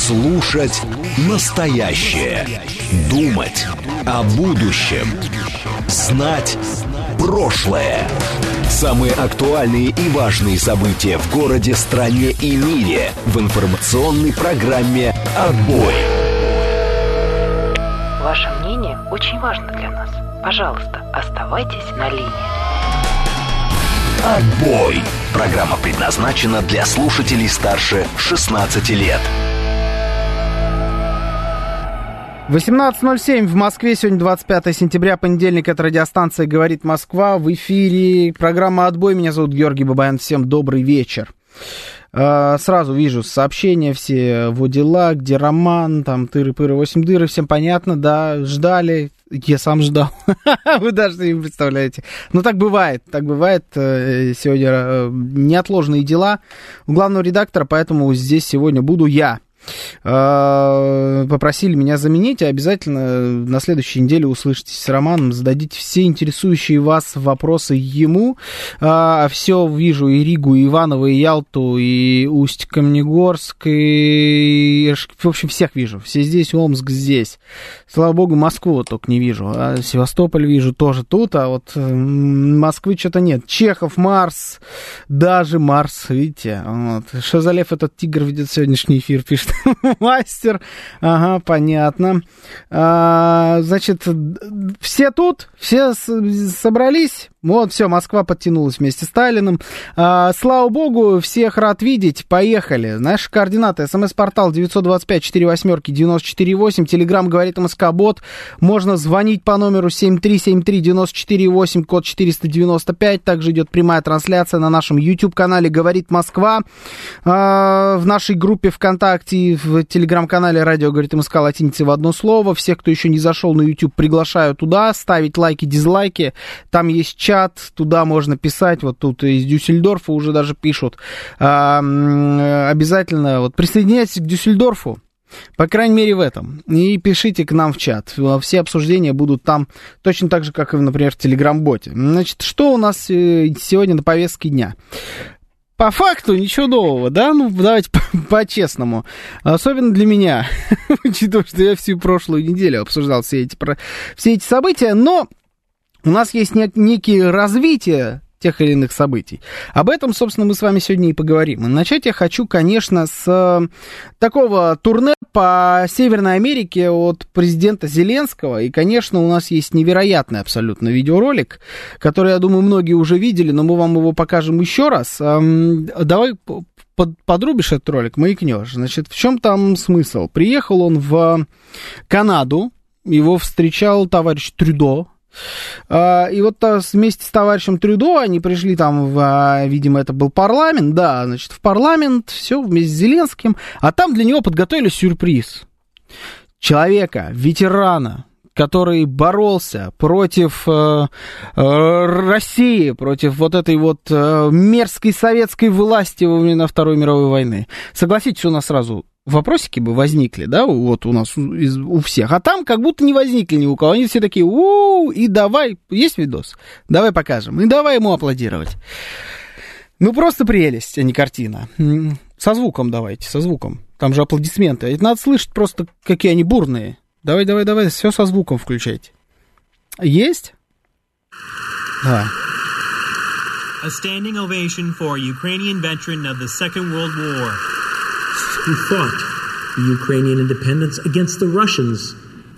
Слушать настоящее. Думать о будущем. Знать прошлое. Самые актуальные и важные события в городе, стране и мире в информационной программе «Отбой». Ваше мнение очень важно для нас. Пожалуйста, оставайтесь на линии. «Отбой». Программа предназначена для слушателей старше 16 лет. 18:07 в Москве. Сегодня 25 сентября, понедельник. Это радиостанция «Говорит Москва». В эфире программа «Отбой». Меня зовут Георгий Бабаян. Всем добрый вечер. Сразу вижу сообщения все. Вот дела, где Роман, там тыры-пыры, 8 дыры. Всем понятно, да, ждали. Я сам ждал. Вы даже не представляете. Но так бывает. Так бывает. Сегодня неотложные дела у главного редактора, поэтому здесь сегодня буду я. Попросили меня заменить, а обязательно на следующей неделе услышитесь с Романом, зададите все интересующие вас вопросы ему. Все вижу, и Ригу, и Иваново, и Ялту, и Усть-Каменогорск, и... в общем, всех вижу. Все здесь, Омск здесь. Слава богу, Москву вот только не вижу. А Севастополь вижу тоже тут, а вот Москвы что-то нет. Чехов, Марс, даже Марс, видите. Вот. Что за лев этот тигр ведет сегодняшний эфир, пишет мастер. Ага, понятно. Значит, все тут, все собрались. Вот, все, Москва подтянулась вместе с Сталиным. Слава богу, всех рад видеть. Поехали. Наши координаты. СМС-портал 925-48-94-8. Телеграм «Говорит МСК-бот». Можно звонить по номеру 7373-94-8, код 495. Также идет прямая трансляция на нашем YouTube-канале «Говорит Москва». В нашей группе ВКонтакте, в Телеграм-канале «Радио Говорит МСК» латиницей в одно слово. Всех, кто еще не зашел на YouTube, приглашаю туда. Ставить лайки, дизлайки. Там есть чат. Туда можно писать, вот тут из Дюссельдорфа уже даже пишут. Обязательно вот присоединяйтесь к Дюссельдорфу, по крайней мере в этом, и пишите к нам в чат. Все обсуждения будут там точно так же, как и, например, в Телеграм-боте. Значит, что у нас сегодня на повестке дня? По факту ничего нового, да? Ну, давайте по-честному. Особенно для меня, учитывая, что я всю прошлую неделю обсуждал все эти события, но у нас есть некие развития тех или иных событий. Об этом, собственно, мы с вами сегодня и поговорим. И начать я хочу, конечно, с такого турне по Северной Америке от президента Зеленского. И, конечно, у нас есть невероятный абсолютно видеоролик, который, я думаю, многие уже видели, но мы вам его покажем еще раз. Давай подрубишь этот ролик, маякнешь. Значит, в чем там смысл? Приехал он в Канаду, его встречал товарищ Трюдо. И вот вместе с товарищем Трюдо они пришли там, видимо, это был парламент, да, значит, в парламент, все вместе с Зеленским, а там для него подготовили сюрприз. Человека, ветерана, который боролся против России, против вот этой вот мерзкой советской власти во времена Второй мировой войны. Согласитесь, у нас сразу вопросики бы возникли, да, вот у нас у всех, а там как будто не возникли ни у кого, они все такие, и давай, есть видос? Давай покажем, и давай ему аплодировать. Ну, просто прелесть, а не картина. Со звуком давайте, со звуком, там же аплодисменты, это надо слышать просто, какие они бурные. Давай, все со звуком включайте. Есть? Давай. A standing ovation for Ukrainian veteran of the Second World War who fought the Ukrainian independence against the Russians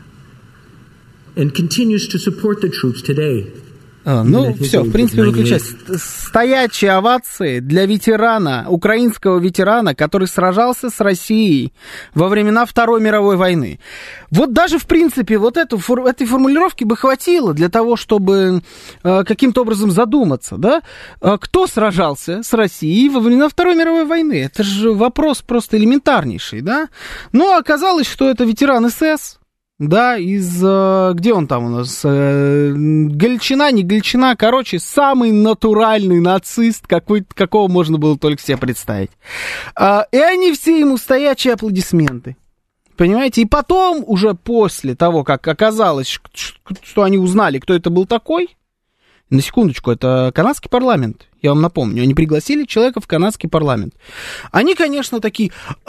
and continues to support the troops today. Ну, все, в принципе, выключать. Стоячие овации для ветерана, украинского ветерана, который сражался с Россией во времена Второй мировой войны. Вот даже, в принципе, вот этой формулировки бы хватило для того, чтобы каким-то образом задуматься, да? Кто сражался с Россией во времена Второй мировой войны? Это же вопрос просто элементарнейший, да? Но оказалось, что это ветеран СС. Да, где он там у нас? Галичина, не Галичина, короче, самый натуральный нацист, какого можно было только себе представить. И они все ему стоячие аплодисменты. Понимаете? И потом, уже после того, как оказалось, что они узнали, кто это был такой, на секундочку, это канадский парламент. Я вам напомню, они пригласили человека в канадский парламент. Они, конечно, такие,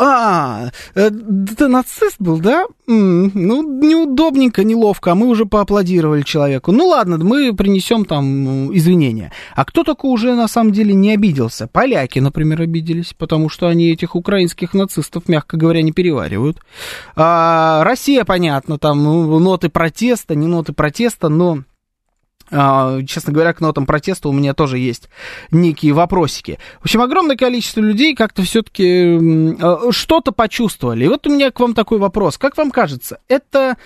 ты нацист был, да? Ну, неудобненько, неловко, а мы уже поаплодировали человеку. Ну, ладно, мы принесем там извинения. А кто только уже на самом деле не обиделся? Поляки, например, обиделись, потому что они этих украинских нацистов, мягко говоря, не переваривают. Россия, понятно, там ноты протеста, не ноты протеста, но... честно говоря, к нотам протеста у меня тоже есть некие вопросики. В общем, огромное количество людей как-то все-таки что-то почувствовали. И вот у меня к вам такой вопрос. Как вам кажется, это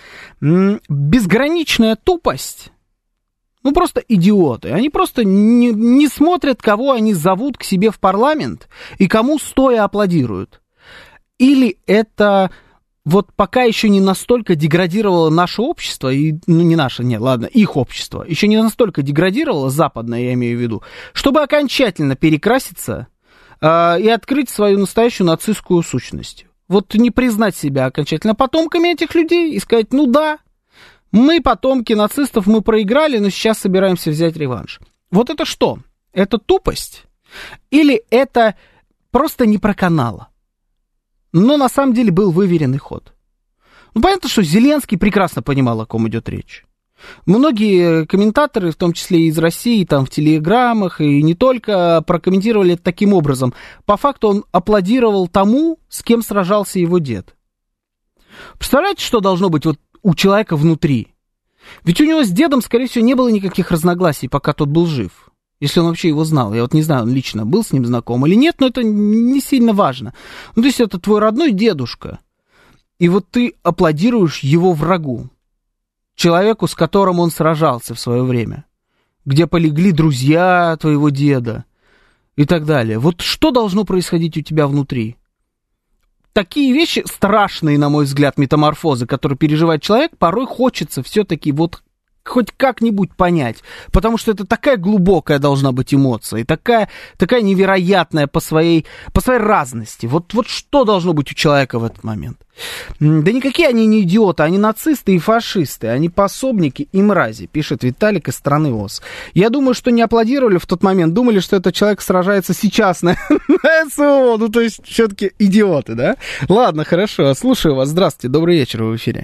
безграничная тупость? Ну, просто идиоты. Они просто не смотрят, кого они зовут к себе в парламент и кому стоя аплодируют. Или это... Вот пока еще не настолько деградировало наше общество, и, ну не наше, нет, ладно, их общество, еще не настолько деградировало, западное я имею в виду, чтобы окончательно перекраситься и открыть свою настоящую нацистскую сущность. Вот не признать себя окончательно потомками этих людей и сказать, ну да, мы потомки нацистов, мы проиграли, но сейчас собираемся взять реванш. Вот это что? Это тупость? Или это просто не проканало? Но на самом деле был выверенный ход. Ну, понятно, что Зеленский прекрасно понимал, о ком идет речь. Многие комментаторы, в том числе из России, там в телеграммах, и не только, прокомментировали это таким образом. По факту он аплодировал тому, с кем сражался его дед. Представляете, что должно быть вот у человека внутри? Ведь у него с дедом, скорее всего, не было никаких разногласий, пока тот был жив. Если он вообще его знал. Я вот не знаю, он лично был с ним знаком или нет, но это не сильно важно. Ну, то есть это твой родной дедушка. И вот ты аплодируешь его врагу. Человеку, с которым он сражался в свое время. Где полегли друзья твоего деда. И так далее. Вот что должно происходить у тебя внутри? Такие вещи, страшные, на мой взгляд, метаморфозы, которые переживает человек, порой хочется все-таки вот хоть как-нибудь понять, потому что это такая глубокая должна быть эмоция, и такая невероятная по своей разности. Вот что должно быть у человека в этот момент? Да никакие они не идиоты, они нацисты и фашисты, они пособники и мрази, пишет Виталик из страны ОС. Я думаю, что не аплодировали в тот момент, думали, что этот человек сражается сейчас на СВО, ну то есть все-таки идиоты, да? Ладно, хорошо, слушаю вас, здравствуйте, добрый вечер, вы в эфире.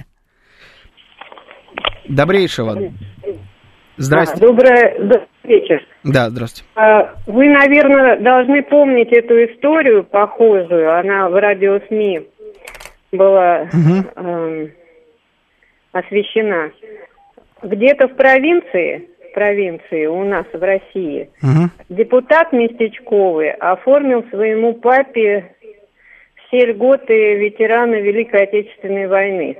Добрейшего. Здрасте. Добрый вечер. Да, здравствуйте. Вы, наверное, должны помнить эту историю похожую. Она в радио-СМИ была освещена. Где-то в провинции у нас в России, депутат местечковый оформил своему папе все льготы ветерана Великой Отечественной войны.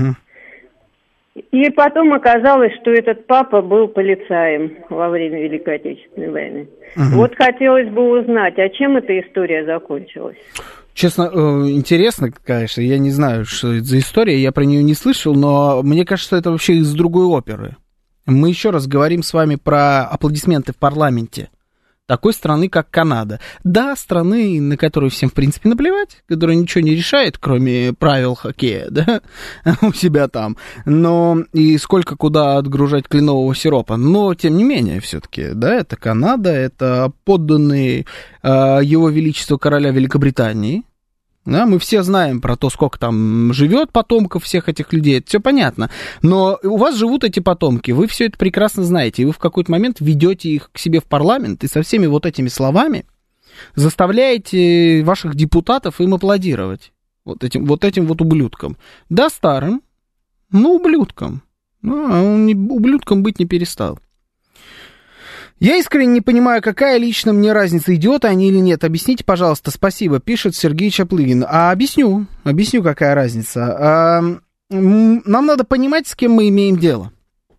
И потом оказалось, что этот папа был полицаем во время Великой Отечественной войны. Вот хотелось бы узнать, а чем эта история закончилась? Честно, интересно, конечно, я не знаю, что это за история, я про нее не слышал, но мне кажется, это вообще из другой оперы. Мы еще раз говорим с вами про аплодисменты в парламенте такой страны, как Канада. Да, страны, на которую всем, в принципе, наплевать, которая ничего не решает, кроме правил хоккея, да, у себя там, но и сколько куда отгружать кленового сиропа, но, тем не менее, все-таки, да, это Канада, это подданные Его Величества Короля Великобритании. Да, мы все знаем про то, сколько там живет потомков всех этих людей, это все понятно. Но у вас живут эти потомки, вы все это прекрасно знаете, и вы в какой-то момент ведете их к себе в парламент и со всеми вот этими словами заставляете ваших депутатов им аплодировать. Вот этим вот ублюдкам. Да, старым, но ублюдкам. Ну, а он ублюдком быть не перестал. Я искренне не понимаю, какая лично мне разница, идиоты они или нет. Объясните, пожалуйста, спасибо, пишет Сергей Чаплыгин. Объясню, какая разница. Нам надо понимать, с кем мы имеем дело.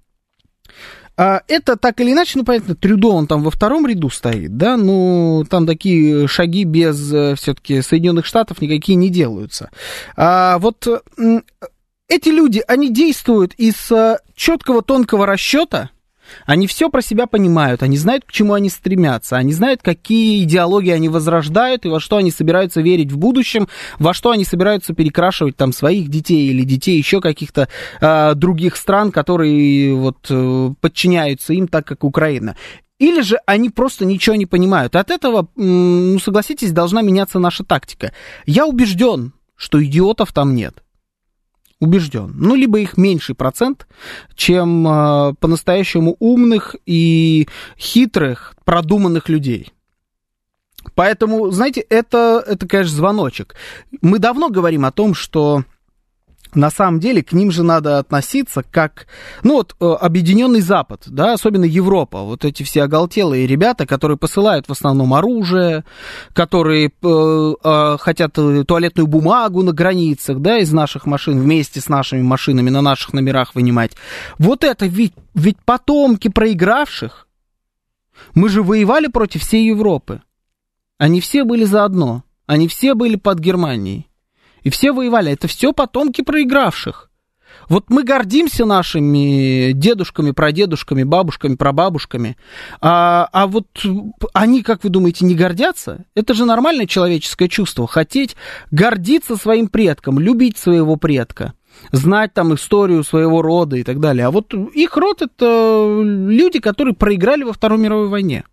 Это так или иначе, ну, понятно, Трюдо, он там во втором ряду стоит, да, ну, там такие шаги без, все-таки, Соединенных Штатов никакие не делаются. Вот эти люди, они действуют из четкого, тонкого расчета. Они все про себя понимают, они знают, к чему они стремятся, они знают, какие идеологии они возрождают и во что они собираются верить в будущем, во что они собираются перекрашивать там своих детей или детей еще каких-то других стран, которые вот подчиняются им, так как Украина. Или же они просто ничего не понимают. От этого, ну, согласитесь, должна меняться наша тактика. Я убежден, что идиотов там нет. Убежден. Ну, либо их меньший процент, чем по-настоящему умных и хитрых, продуманных людей. Поэтому, знаете, это, конечно, звоночек. Мы давно говорим о том, что на самом деле к ним же надо относиться как, ну вот, Объединенный Запад, да, особенно Европа, вот эти все оголтелые ребята, которые посылают в основном оружие, которые хотят туалетную бумагу на границах, да, из наших машин, вместе с нашими машинами на наших номерах вынимать. Вот это ведь потомки проигравших. Мы же воевали против всей Европы. Они все были заодно, они все были под Германией. И все воевали. Это все потомки проигравших. Вот мы гордимся нашими дедушками, прадедушками, бабушками, прабабушками. А вот они, как вы думаете, не гордятся? Это же нормальное человеческое чувство. Хотеть гордиться своим предком, любить своего предка, знать там историю своего рода и так далее. А вот их род — это люди, которые проиграли во Второй мировой войне.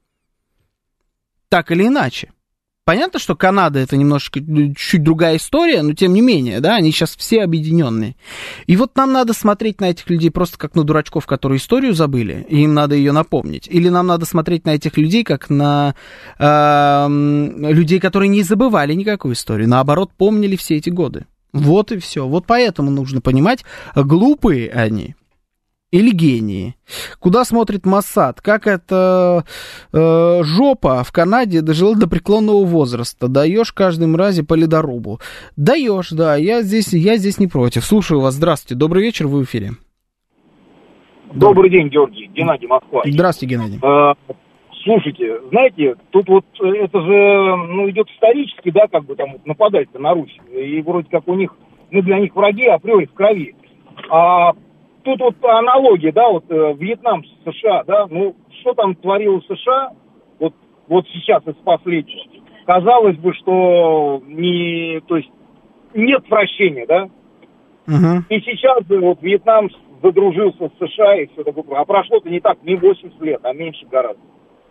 Так или иначе. Понятно, что Канада — это немножко чуть другая история, но тем не менее, да, они сейчас все объединенные. И вот нам надо смотреть на этих людей просто как на дурачков, которые историю забыли, и им надо ее напомнить. Или нам надо смотреть на этих людей как на людей, которые не забывали никакую историю, наоборот, помнили все эти годы. Вот и все. Вот поэтому нужно понимать, глупые они или гении. Куда смотрит Моссад? Как это жопа в Канаде дожила до преклонного возраста. Даешь каждой мрази по ледорубу. Даешь, да, я здесь не против. Слушаю вас, здравствуйте, добрый вечер, вы в эфире. Добрый день, Георгий, Геннадий, Москва. Здравствуйте, Геннадий. Слушайте, знаете, тут вот это же, ну, идет исторически, да, как бы там нападать-то на Русь. И вроде как у них, мы для них враги априори в крови. Тут вот аналогия, да, вот Вьетнам с США, да, ну, что там творило США, вот сейчас из последних, казалось бы, что то есть нет прощения, да, И сейчас вот Вьетнам задружился с США и все такое, а прошло-то не так, не 80 лет, а меньше гораздо.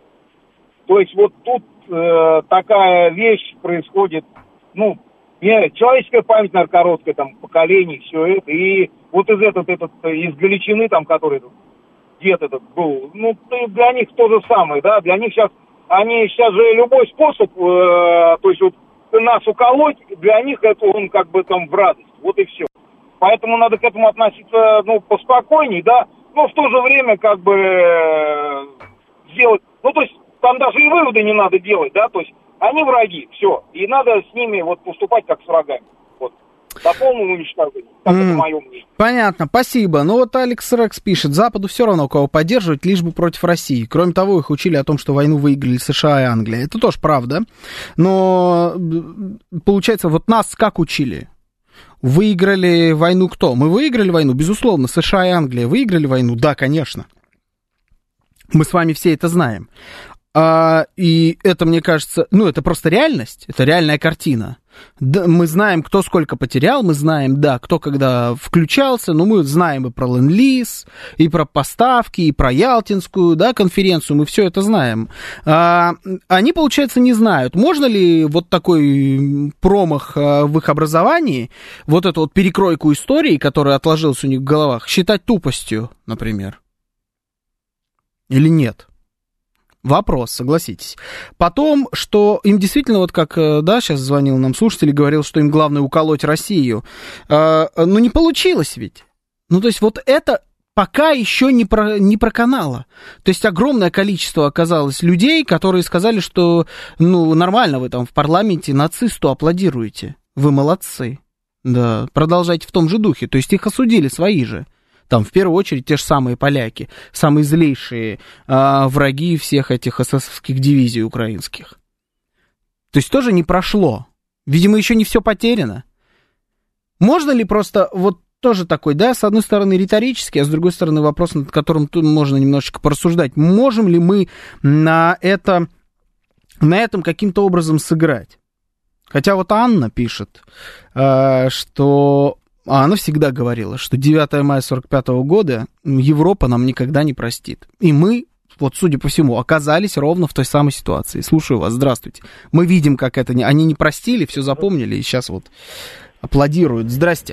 То есть вот тут такая вещь происходит, ну, человеческая память, наверное, короткая, там, поколений, все это, и вот из из Галичины, там, который дед этот был, ну, для них то же самое, да, для них сейчас же любой способ, то есть вот нас уколоть, для них это он как бы там в радость, вот и все. Поэтому надо к этому относиться, ну, поспокойней, да, но в то же время как бы сделать, ну, то есть там даже и выводы не надо делать, да, то есть они враги, все, и надо с ними вот поступать как с врагами, вот, до полного уничтожения, так это мое мнение. Понятно, спасибо. Ну вот Алекс Рекс пишет, Западу все равно кого поддерживать, лишь бы против России. Кроме того, их учили о том, что войну выиграли США и Англия. Это тоже правда, но получается, вот нас как учили? Выиграли войну кто? Мы выиграли войну, безусловно, США и Англия выиграли войну, да, конечно. Мы с вами все это знаем. И это, мне кажется, ну, это просто реальность, это реальная картина. Да, мы знаем, кто сколько потерял, мы знаем, да, кто когда включался, но мы знаем и про ленд-лиз, и про поставки, и про Ялтинскую, да, конференцию, мы все это знаем. Они, получается, не знают, можно ли вот такой промах в их образовании, вот эту вот перекройку истории, которая отложилась у них в головах, считать тупостью, например, или нет? Вопрос, согласитесь. Потом, что им действительно, вот как, да, сейчас звонил нам слушатель и говорил, что им главное уколоть Россию. Ну, не получилось ведь. Ну, то есть, вот это пока еще не проканало. То есть, огромное количество оказалось людей, которые сказали, что, ну, нормально вы там в парламенте нацисту аплодируете. Вы молодцы. Да, продолжайте в том же духе. То есть, их осудили свои же. Там, в первую очередь, те же самые поляки, самые злейшие враги всех этих эсэсовских дивизий украинских. То есть тоже не прошло. Видимо, еще не все потеряно. Можно ли просто, вот тоже такой, да, с одной стороны риторический, а с другой стороны вопрос, над которым тут можно немножечко порассуждать. Можем ли мы на этом каким-то образом сыграть? Хотя вот Анна пишет, что... она всегда говорила, что 9 мая 1945 года Европа нам никогда не простит. И мы вот, судя по всему, оказались ровно в той самой ситуации. Слушаю вас, здравствуйте. Мы видим, как это... Они не простили, все запомнили, и сейчас вот аплодируют. Здрасте.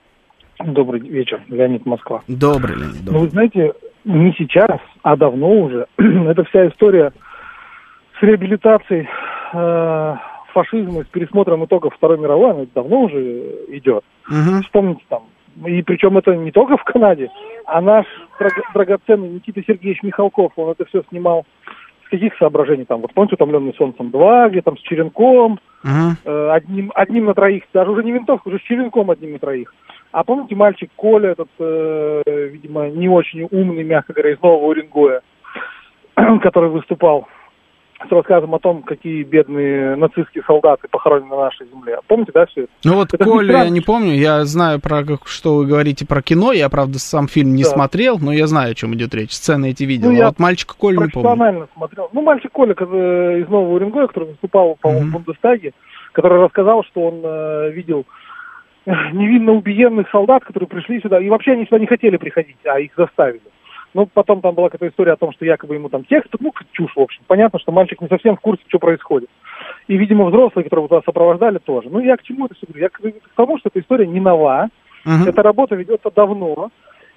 Добрый вечер, Леонид, Москва. Добрый, Леонид. Добрый. Ну, вы знаете, не сейчас, а давно уже. Это вся история с реабилитацией фашизма, с пересмотром итогов Второй мировой, она давно уже идет. Вспомните там. И причем это не только в Канаде, а наш драгоценный Никита Сергеевич Михалков, он это все снимал с каких соображений там? Вот помните «Утомленный солнцем 2», где там с Черенком, одним на троих, даже уже не винтовка, уже с Черенком одним на троих. А помните мальчик Коля, этот, видимо, не очень умный, мягко говоря, из Нового Уренгоя, который выступал с рассказом о том, какие бедные нацистские солдаты похоронены на нашей земле. Помните, да, все это? Ну вот это Коля я не помню, я знаю, что вы говорите про кино, я, правда, сам фильм не смотрел, но я знаю, о чем идет речь, сцены эти видел, а вот мальчика Коля не помню. Профессионально смотрел. Ну, мальчик Коля из Нового Уренгоя, который выступал, по-моему, в Бундестаге, который рассказал, что он видел невинно убиенных солдат, которые пришли сюда, и вообще они сюда не хотели приходить, а их заставили. Ну, потом там была какая-то история о том, что якобы ему там текст, ну, чушь, в общем. Понятно, что мальчик не совсем в курсе, что происходит. И, видимо, взрослые, которые туда сопровождали, тоже. Ну, я к чему это все говорю? Я к тому, что эта история не нова. Эта работа ведется давно.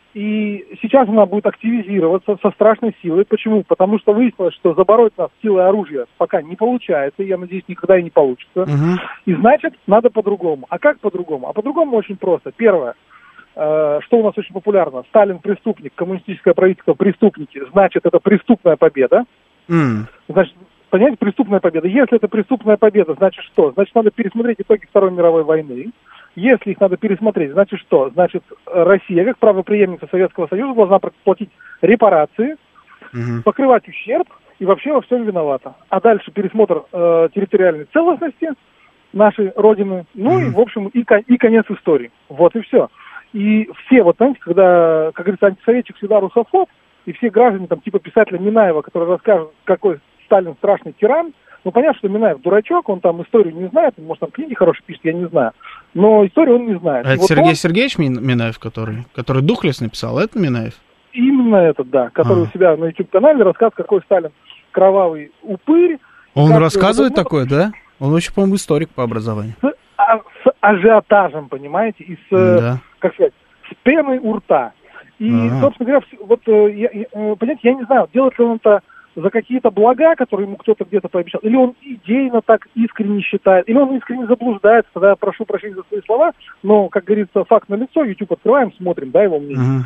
И сейчас она будет активизироваться со страшной силой. Почему? Потому что выяснилось, что забороть нас силой оружия пока не получается. И, я надеюсь, никогда и не получится. И, значит, надо по-другому. А как по-другому? А по-другому очень просто. Первое. Что у нас очень популярно? Сталин преступник, коммунистическое правительство преступники, значит, это преступная победа. Значит, понимаете, преступная победа. Если это преступная победа, значит что? Значит, надо пересмотреть итоги Второй мировой войны. Если их надо пересмотреть, значит что? Значит, Россия, как правопреемница Советского Союза, должна платить репарации, покрывать ущерб и вообще во всем виновата. А дальше пересмотр территориальной целостности нашей Родины, ну и, в общем, и конец истории. Вот и все. И все, вот знаете, когда, как говорится, антисоветчик всегда русофоб, и все граждане, там, типа писателя Минаева, который расскажет, какой Сталин страшный тиран, ну, понятно, что Минаев дурачок, он там историю не знает, может, там книги хорошие пишет, я не знаю, но историю он не знает. А это вот Сергей Сергеевич Минаев, который «Духлесс» написал, это Минаев? Именно этот, да, который у себя на YouTube-канале рассказывает, какой Сталин кровавый упырь. Он рассказывает такое, да? Он очень, по-моему, историк по образованию. С ажиотажем, понимаете, и с, как сказать, с пеной у рта. И, собственно говоря, вот, понимаете, я не знаю, делает ли он это за какие-то блага, которые ему кто-то где-то пообещал, или он идейно так искренне считает, или он искренне заблуждается, тогда я прошу прощения за свои слова, но, как говорится, факт налицо, YouTube открываем, смотрим, да, его мнение.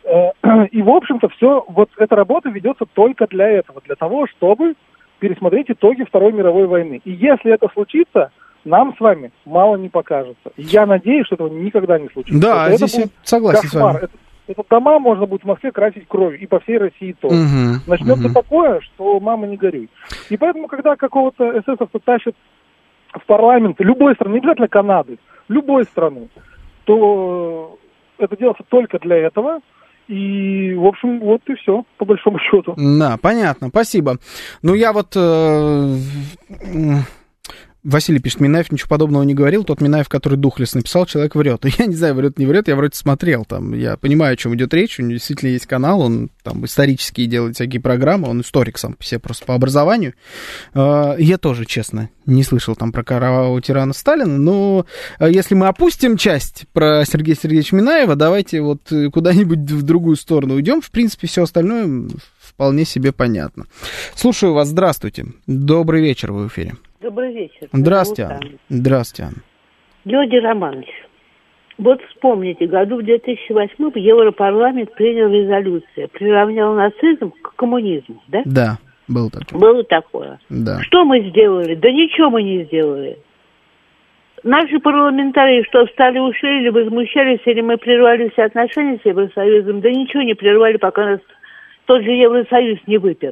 И, в общем-то, все, вот эта работа ведется только для этого, для того, чтобы пересмотреть итоги Второй мировой войны. И если это случится, нам с вами мало не покажется. Я надеюсь, что этого никогда не случится. Да, здесь я согласен кошмар. с вами. Это дома можно будет в Москве красить кровью, и по всей России тоже. Начнется такое, что мама не горюй. И поэтому, когда какого-то эсэсовца тащат в парламент любой страны, не обязательно Канады, любой страны, то это делается только для этого. И, в общем, вот и все, по большому счету. Да, понятно, спасибо. Ну, я вот... Василий пишет, Минаев ничего подобного не говорил. Тот Минаев, который «Духлесс» написал, человек врет. Я не знаю, врет, не врет, я вроде смотрел там. Я понимаю, о чем идет речь. У него действительно есть канал, он там исторические делает всякие программы. Он историк сам по себе просто по образованию. Я тоже, честно, не слышал там про кровавого тирана Сталина. Но если мы опустим часть про Сергея Сергеевича Минаева, давайте вот куда-нибудь в другую сторону уйдем. В принципе, все остальное вполне себе понятно. Слушаю вас, здравствуйте. Добрый вечер, вы в эфире. Добрый вечер. Здравствуйте, Анна. Здравствуйте, Анна. Георгий Романович, вот вспомните, году в 2008 Европарламент принял резолюцию, приравнял нацизм к коммунизму, да? Да, было такое. Было такое. Да. Что мы сделали? Да ничего мы не сделали. Наши парламентарии что, встали, ушли, или возмущались, или мы прервали все отношения с Евросоюзом? Да ничего не прервали, пока нас тот же Евросоюз не выпер.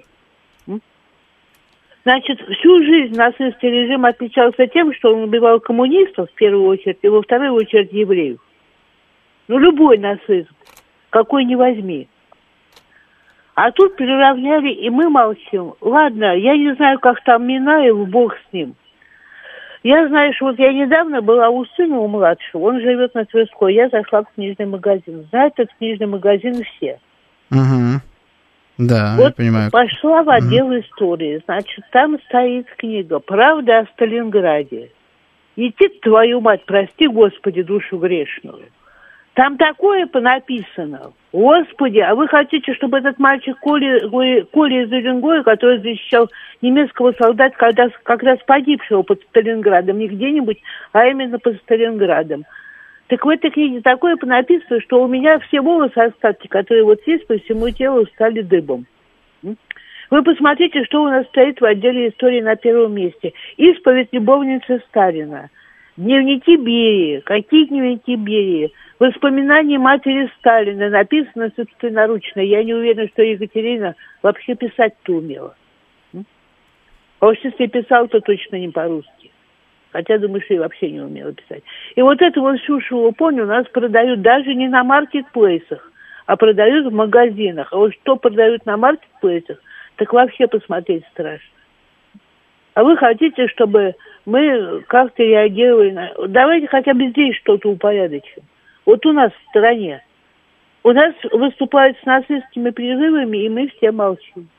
Значит, всю жизнь нацистский режим отличался тем, что он убивал коммунистов в первую очередь, и во вторую очередь евреев. Ну, любой нацизм, какой ни возьми. А тут приравняли, и мы молчим. Ладно, я не знаю, как там Минаев, бог с ним. Я, знаешь, вот я недавно была у сына, у младшего, он живет на Тверской, я зашла в книжный магазин. Знают этот книжный магазин все. Да, вот я понимаю. Пошла в отдел истории, значит, там стоит книга «Правда о Сталинграде». Иди, твою мать, прости, Господи, душу грешную. Там такое понаписано. Господи, а вы хотите, чтобы этот мальчик Коля из Уренгоя, который защищал немецкого солдата, как раз погибшего под Сталинградом, не где-нибудь, а именно под Сталинградом. Так в этой книге такое понаписано, что у меня все волосы, остатки, которые вот есть по всему телу, стали дыбом. Вы посмотрите, что у нас стоит в отделе истории на первом месте. Исповедь любовницы Сталина. Дневники Берии. Какие дневники Берии? Воспоминания матери Сталина. Написано собственноручно. Я не уверена, что Екатерина вообще писать-то умела. А уж если писал, то точно не по-русски. Хотя, думаю, что и вообще не умела писать. И вот эту вот шушеву поню у нас продают даже не на маркетплейсах, а продают в магазинах. А вот что продают на маркетплейсах, так вообще посмотреть страшно. А вы хотите, чтобы мы как-то реагировали на... Давайте хотя бы здесь что-то упорядочим. Вот у нас в стране. У нас выступают с нацистскими призывами, и мы все молчим.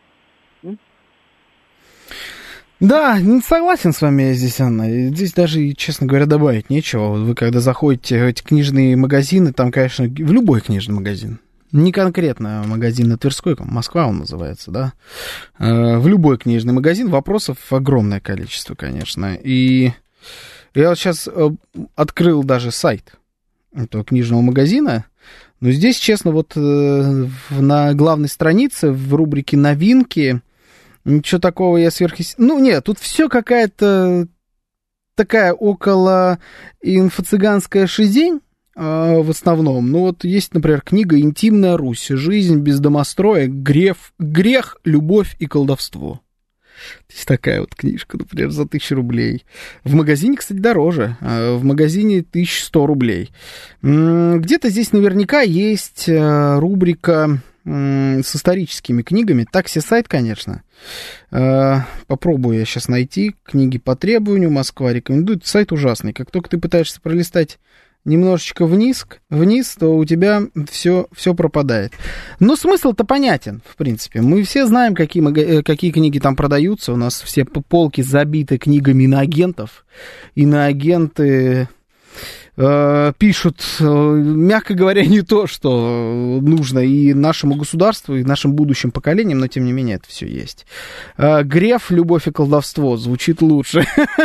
Да, не согласен с вами здесь, Анна. Здесь даже, честно говоря, добавить нечего. Вы когда заходите в эти книжные магазины, там, конечно, в любой книжный магазин, не конкретно магазин на Тверской, Москва он называется, да, в любой книжный магазин вопросов огромное количество, конечно. И я вот сейчас открыл даже сайт этого книжного магазина, но здесь, честно, вот на главной странице в рубрике «Новинки» ничего такого я Ну, нет, тут все какая-то такая около инфо-цыганская шизень в основном. Ну, вот есть, например, книга «Интимная Русь. Жизнь без домостроя. Грех, любовь и колдовство». Есть такая вот книжка, например, за 1000 рублей. В магазине, кстати, дороже. В магазине 1100 рублей. Где-то здесь наверняка есть рубрика с историческими книгами. Такси-сайт, конечно. Попробую я сейчас найти. Книги по требованию. Москва рекомендует. Сайт ужасный. Как только ты пытаешься пролистать немножечко вниз, то у тебя все пропадает. Но смысл-то понятен, в принципе. Мы все знаем, какие книги там продаются. У нас все полки забиты книгами иноагентов. Иноагенты пишут, мягко говоря, не то, что нужно и нашему государству, и нашим будущим поколениям, но тем не менее это все есть. Греф, любовь и колдовство звучит лучше.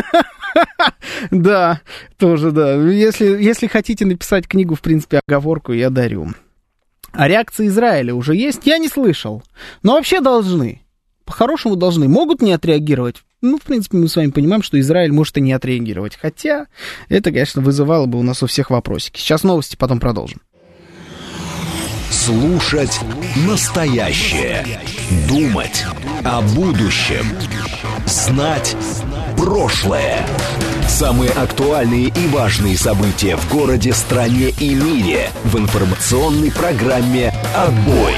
Да, тоже, да. Если хотите написать книгу, в принципе, оговорку, я дарю. А реакции Израиля уже есть? Я не слышал. Но вообще должны. По-хорошему должны. Могут не отреагировать? Ну, в принципе, мы с вами понимаем, что Израиль может и не отреагировать. Хотя это, конечно, вызывало бы у нас у всех вопросики. Сейчас новости, потом продолжим. Слушать настоящее. Думать о будущем. Знать прошлое. Самые актуальные и важные события в городе, стране и мире в информационной программе «Отбой».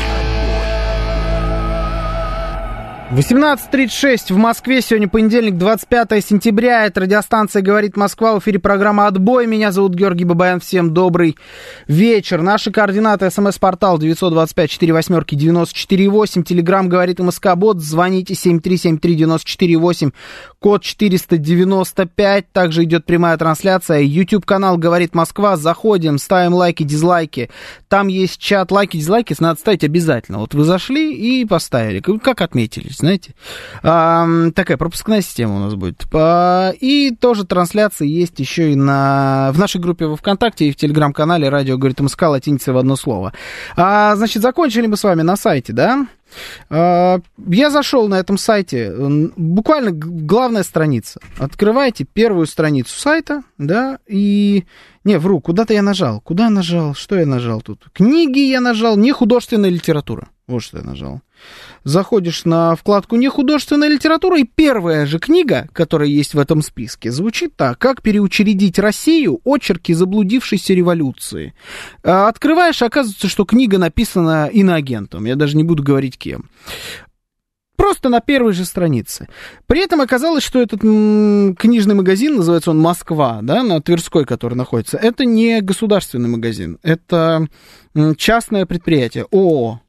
18:36 в Москве. Сегодня понедельник, 25 сентября. Это радиостанция «Говорит Москва». В эфире программа «Отбой». Меня зовут Георгий Бабаян. Всем добрый вечер. Наши координаты. СМС-портал 925-48-94-8. Телеграм «Говорит МСК-бот». Звоните 7373-94-8. Код 495. Также идет прямая трансляция. YouTube-канал «Говорит Москва». Заходим, ставим лайки, дизлайки. Там есть чат. Лайки, дизлайки надо ставить обязательно. Вот вы зашли и поставили. Как отметились, знаете. Такая пропускная система у нас будет. И тоже трансляции есть еще и в нашей группе во ВКонтакте и в Телеграм-канале «Радио говорит МСК», латиница в одно слово. Значит, закончили мы с вами на сайте, да? Я зашел на этом сайте, буквально главная страница. Открываете первую страницу сайта, да, и... Не, вру, куда-то я нажал. Куда я нажал? Что я нажал тут? Книги я нажал, не художественная литература. Вот что я нажал. Заходишь на вкладку «Нехудожественная литература», и первая же книга, которая есть в этом списке, звучит так: «Как переучредить Россию. Очерки заблудившейся революции». Открываешь, оказывается, что книга написана иноагентом. Я даже не буду говорить кем. Просто на первой же странице. При этом оказалось, что этот книжный магазин, называется он «Москва», да, на Тверской, который находится, это не государственный магазин, это частное предприятие, ООО.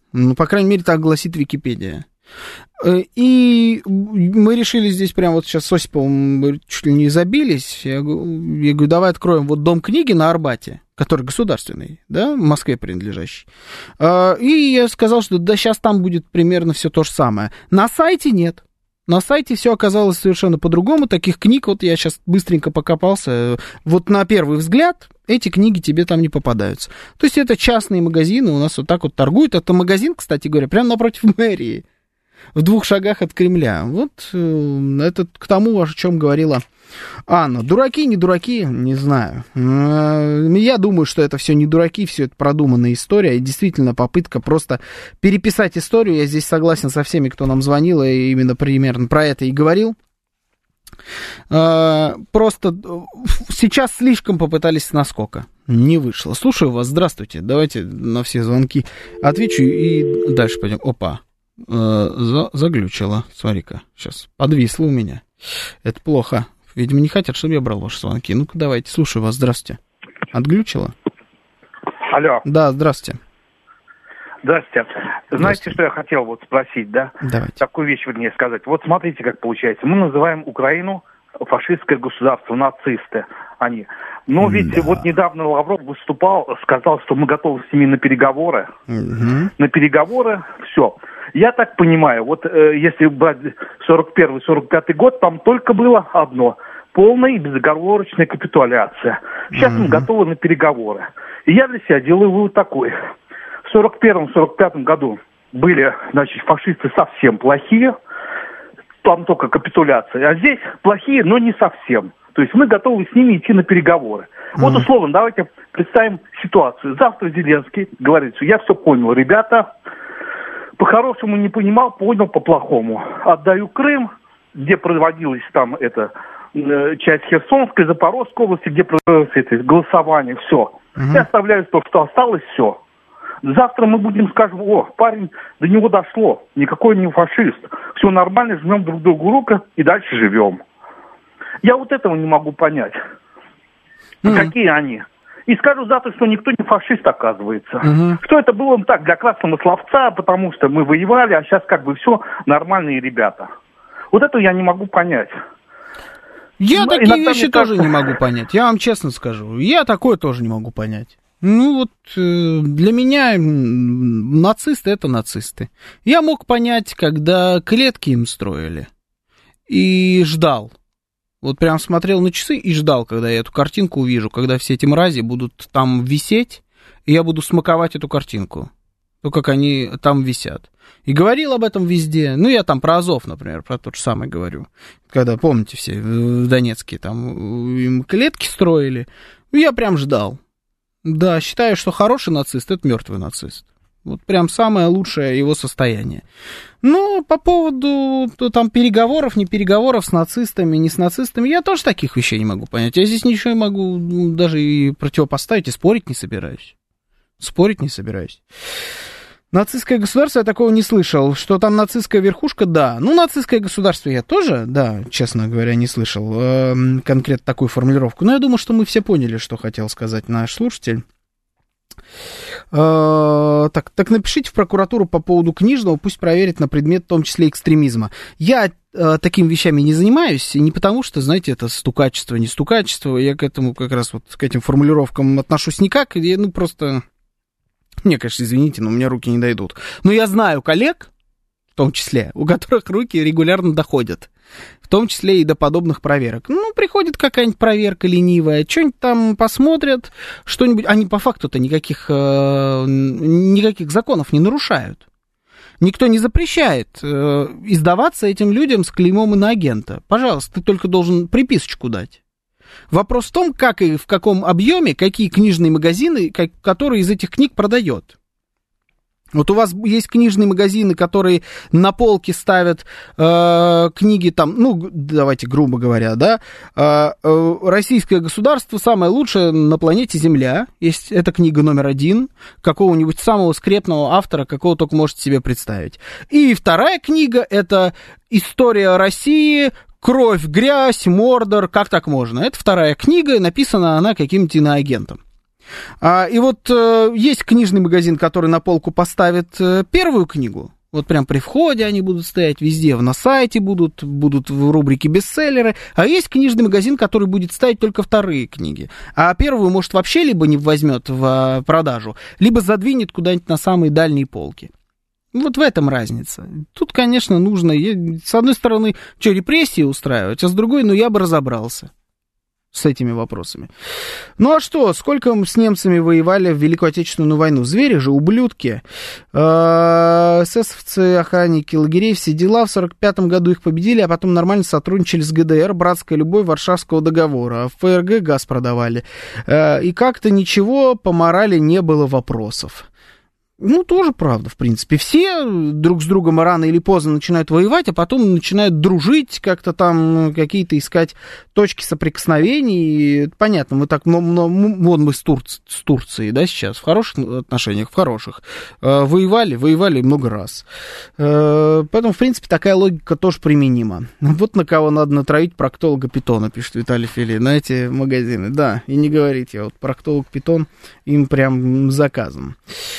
Ну, по крайней мере, так гласит Википедия. И мы решили здесь прямо вот сейчас с Осиповым чуть ли не забились. Я говорю, давай откроем вот Дом книги на Арбате, который государственный, да, в Москве принадлежащий. И я сказал, что да, сейчас там будет примерно все то же самое. На сайте нет. На сайте все оказалось совершенно по-другому. Таких книг, вот я сейчас быстренько покопался, вот на первый взгляд эти книги тебе там не попадаются. То есть это частные магазины, у нас вот так вот торгуют. Это магазин, кстати говоря, прямо напротив мэрии, в 2 шагах от Кремля. Вот это к тому, о чем говорила Анна. Дураки, не дураки, не знаю. Я думаю, что это все не дураки, все это продуманная история. И действительно попытка просто переписать историю. Я здесь согласен со всеми, кто нам звонил, и именно примерно про это и говорил. Просто сейчас слишком попытались с наскока. Не вышло. Слушаю вас, здравствуйте. Давайте на все звонки отвечу и дальше пойдем. Опа. Заглючило. Смотри-ка, сейчас подвисло у меня. Это плохо. Видимо, не хотят, чтобы я брал ваши звонки. Ну-ка, давайте, слушаю вас, здравствуйте. Отглючило? Алло. Да, здравствуйте. Здравствуйте. Знаете, что я хотел вот спросить, да? Давайте. Такую вещь, вернее, сказать. Вот смотрите, как получается. Мы называем Украину фашистское государство, нацисты они. Но ведь вот недавно Лавров выступал, сказал, что мы готовы с ними на переговоры. На переговоры, все. Я так понимаю, вот если брать 41-45 год, там только было одно. Полная и безоговорочная капитуляция. Сейчас мы готовы на переговоры. И я для себя делаю вывод такой. В 41-45 году были, значит, фашисты совсем плохие. Там только капитуляция. А здесь плохие, но не совсем. То есть мы готовы с ними идти на переговоры. Вот условно, давайте представим ситуацию. Завтра Зеленский говорит, что я все понял, ребята, по-хорошему не понимал, понял по-плохому. Отдаю Крым, где проводилась там эта часть Херсонской, Запорожской области, где проводилось это голосование, все. Я оставляю то, что осталось, все. Завтра мы будем, скажем, о, парень, до него дошло, никакой не фашист. Все нормально, жмем друг другу руку и дальше живем. Я вот этого не могу понять. Какие они? И скажу завтра, что никто не фашист, оказывается. Что это было так, для красного словца, потому что мы воевали, а сейчас как бы все нормальные ребята. Вот это я не могу понять. Я такие вещи тоже не могу понять, я вам честно скажу. Я такое тоже не могу понять. Ну вот для меня нацисты — это нацисты. Я мог понять, когда клетки им строили, и ждал. Вот прям смотрел на часы и ждал, когда я эту картинку увижу, когда все эти мрази будут там висеть, и я буду смаковать эту картинку, то, как они там висят. И говорил об этом везде. Ну, я там про Азов, например, про то же самое говорю. Когда, помните, все в Донецке там им клетки строили, я прям ждал. Да, считаю, что хороший нацист — это мертвый нацист. Вот прям самое лучшее его состояние. Но по поводу там переговоров, не переговоров с нацистами, не с нацистами, я тоже таких вещей не могу понять. Я здесь ничего не могу даже и противопоставить, и спорить не собираюсь. Спорить не собираюсь. Нацистское государство я такого не слышал. Что там нацистская верхушка, да. Ну, нацистское государство я тоже, да, честно говоря, не слышал конкретно такую формулировку. Но я думаю, что мы все поняли, что хотел сказать наш слушатель. Так напишите в прокуратуру по поводу Книжного, пусть проверит на предмет, в том числе, экстремизма. Я такими вещами не занимаюсь, и не потому что, знаете, это стукачество, не стукачество. Я к этому как раз вот к этим формулировкам отношусь никак, ну, просто... Мне, конечно, извините, но у меня руки не дойдут. Но я знаю коллег, в том числе, у которых руки регулярно доходят. В том числе и до подобных проверок. Ну, приходит какая-нибудь проверка ленивая, что-нибудь там посмотрят, что-нибудь... Они по факту-то никаких законов не нарушают. Никто не запрещает издаваться этим людям с клеймом иноагента. Пожалуйста, ты только должен приписочку дать. Вопрос в том, как и в каком объеме, какие книжные магазины, которые из этих книг продает. Вот у вас есть книжные магазины, которые на полке ставят книги там, ну, давайте грубо говоря, да, российское государство самое лучшее на планете Земля, есть эта книга номер 1, какого-нибудь самого скрепного автора, какого только можете себе представить. И вторая книга — это «История России», «Кровь, грязь», «Мордор», как так можно? Это вторая книга, написана она каким-то иноагентом. И вот есть книжный магазин, который на полку поставит первую книгу. Вот прям при входе они будут стоять везде, на сайте будут в рубрике бестселлеры. А есть книжный магазин, который будет ставить только вторые книги. А первую, может, вообще либо не возьмет в продажу, либо задвинет куда-нибудь на самые дальние полки. Вот в этом разница. Тут, конечно, нужно, с одной стороны, репрессии устраивать, а с другой, я бы разобрался с этими вопросами. Ну а что, сколько с немцами воевали в Великую Отечественную войну? Звери же, ублюдки. Эсэсовцы, охранники лагерей, все дела. В 1945 году их победили, а потом нормально сотрудничали с ГДР, братская любовь Варшавского договора. А в ФРГ газ продавали. И как-то ничего, по морали не было вопросов. Тоже правда, в принципе. Все друг с другом рано или поздно начинают воевать, а потом начинают дружить, как-то там какие-то искать точки соприкосновений. И, понятно, мы так, мы с Турцией, да, сейчас, в хороших отношениях, в хороших. Воевали много раз. Поэтому, в принципе, такая логика тоже применима. Вот на кого надо натравить проктолога Питона, пишет Виталий Фили, на эти магазины. Да, и не говорите, вот проктолог Питон им прям заказан.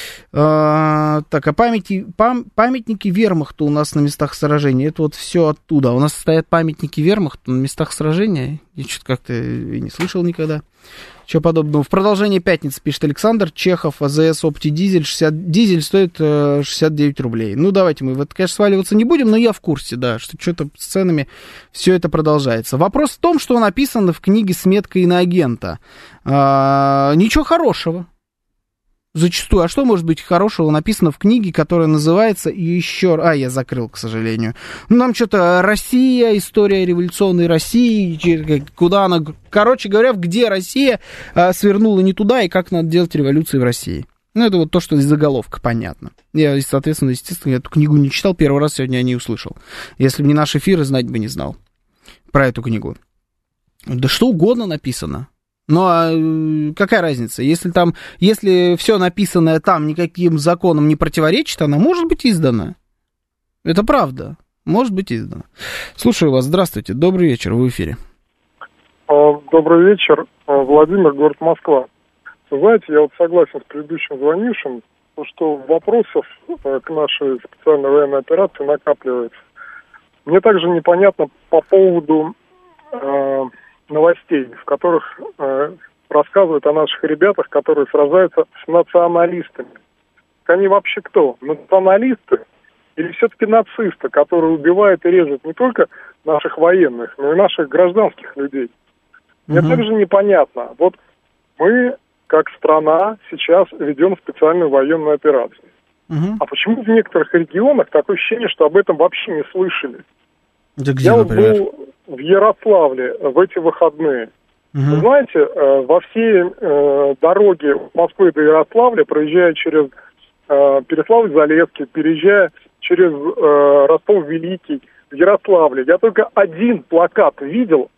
Так, а памятники вермахту у нас на местах сражений, это вот все оттуда. У нас стоят памятники вермахту на местах сражения. Я что-то как-то и не слышал никогда. Чего подобного. В продолжение пятницы, пишет Александр, Чехов, АЗС, Оптидизель, дизель стоит 69 рублей. Давайте мы в это, конечно, сваливаться не будем, но я в курсе, да, что что-то с ценами все это продолжается. Вопрос в том, что написано в книге с меткой иноагента. Ничего хорошего. Зачастую. А что может быть хорошего написано в книге, которая называется еще... я закрыл, к сожалению. Нам что-то Россия, история революционной России, куда она... Короче говоря, где Россия свернула не туда и как надо делать революции в России. Это вот то, что из заголовка понятно. Я, соответственно, эту книгу не читал, первый раз сегодня о ней услышал. Если бы не наш эфир, знать бы не знал про эту книгу. Да что угодно написано. А какая разница? Если все написанное там никаким законам не противоречит, она может быть издана. Это правда. Может быть издана. Слушаю вас. Здравствуйте. Добрый вечер. Вы в эфире. Добрый вечер. Владимир, город Москва. Вы знаете, я вот согласен с предыдущим звонившим, что вопросов к нашей специальной военной операции накапливается. Мне также непонятно по поводу... новостей, в которых рассказывают о наших ребятах, которые сражаются с националистами. Они вообще кто? Националисты или все-таки нацисты, которые убивают и режут не только наших военных, но и наших гражданских людей? Мне также непонятно. Вот мы, как страна, сейчас ведем специальную военную операцию. А почему в некоторых регионах такое ощущение, что об этом вообще не слышали? Да где, я например? был в Ярославле в эти выходные. Вы знаете, во все дороги от Москвы до Ярославля, проезжая через Переславль-Залесский, переезжая через Ростов-Великий, в Ярославле, я только один плакат видел,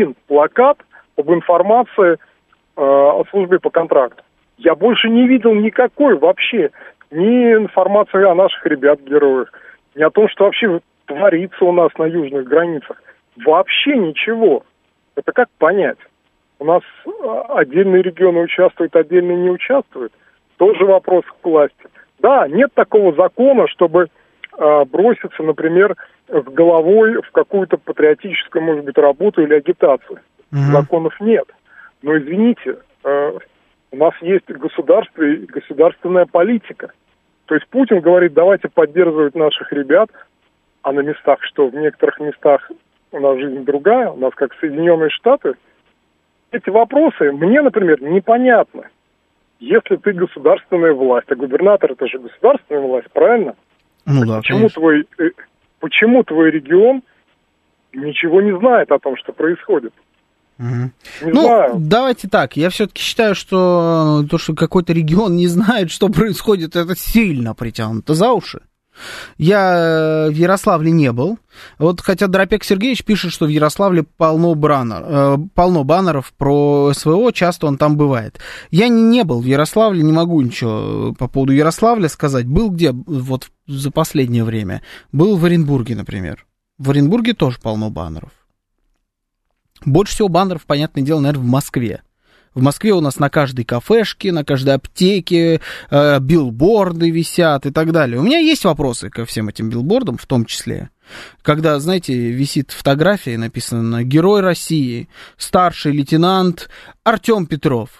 об информации о службе по контракту. Я больше не видел никакой вообще ни информации о наших ребят-героях, ни о том, что вообще творится у нас на южных границах. Вообще ничего. Это как понять? У нас отдельные регионы участвуют, отдельные не участвуют. Тоже вопрос к власти. Да, нет такого закона, чтобы броситься, например, с головой в какую-то патриотическую, может быть, работу или агитацию. Законов нет. Но, извините, у нас есть государство и государственная политика. То есть Путин говорит, давайте поддерживать наших ребят, а на местах что? В некоторых местах у нас жизнь другая, у нас как Соединенные Штаты. Эти вопросы мне, например, непонятны. Если ты государственная власть, а губернатор это же государственная власть, правильно? Да, почему твой регион ничего не знает о том, что происходит? Не знаю. Давайте так, я все-таки считаю, что то, что какой-то регион не знает, что происходит, это сильно притянуто за уши. Я в Ярославле не был. Вот хотя Доропек Сергеевич пишет, что в Ярославле полно баннеров про СВО, часто он там бывает. Я не был в Ярославле, не могу ничего по поводу Ярославля сказать. Был где вот за последнее время? Был в Оренбурге, например. В Оренбурге тоже полно баннеров. Больше всего баннеров, понятное дело, наверное, в Москве. В Москве у нас на каждой кафешке, на каждой аптеке билборды висят и так далее. У меня есть вопросы ко всем этим билбордам, в том числе. Когда, знаете, висит фотография, написано «Герой России, старший лейтенант Артем Петров».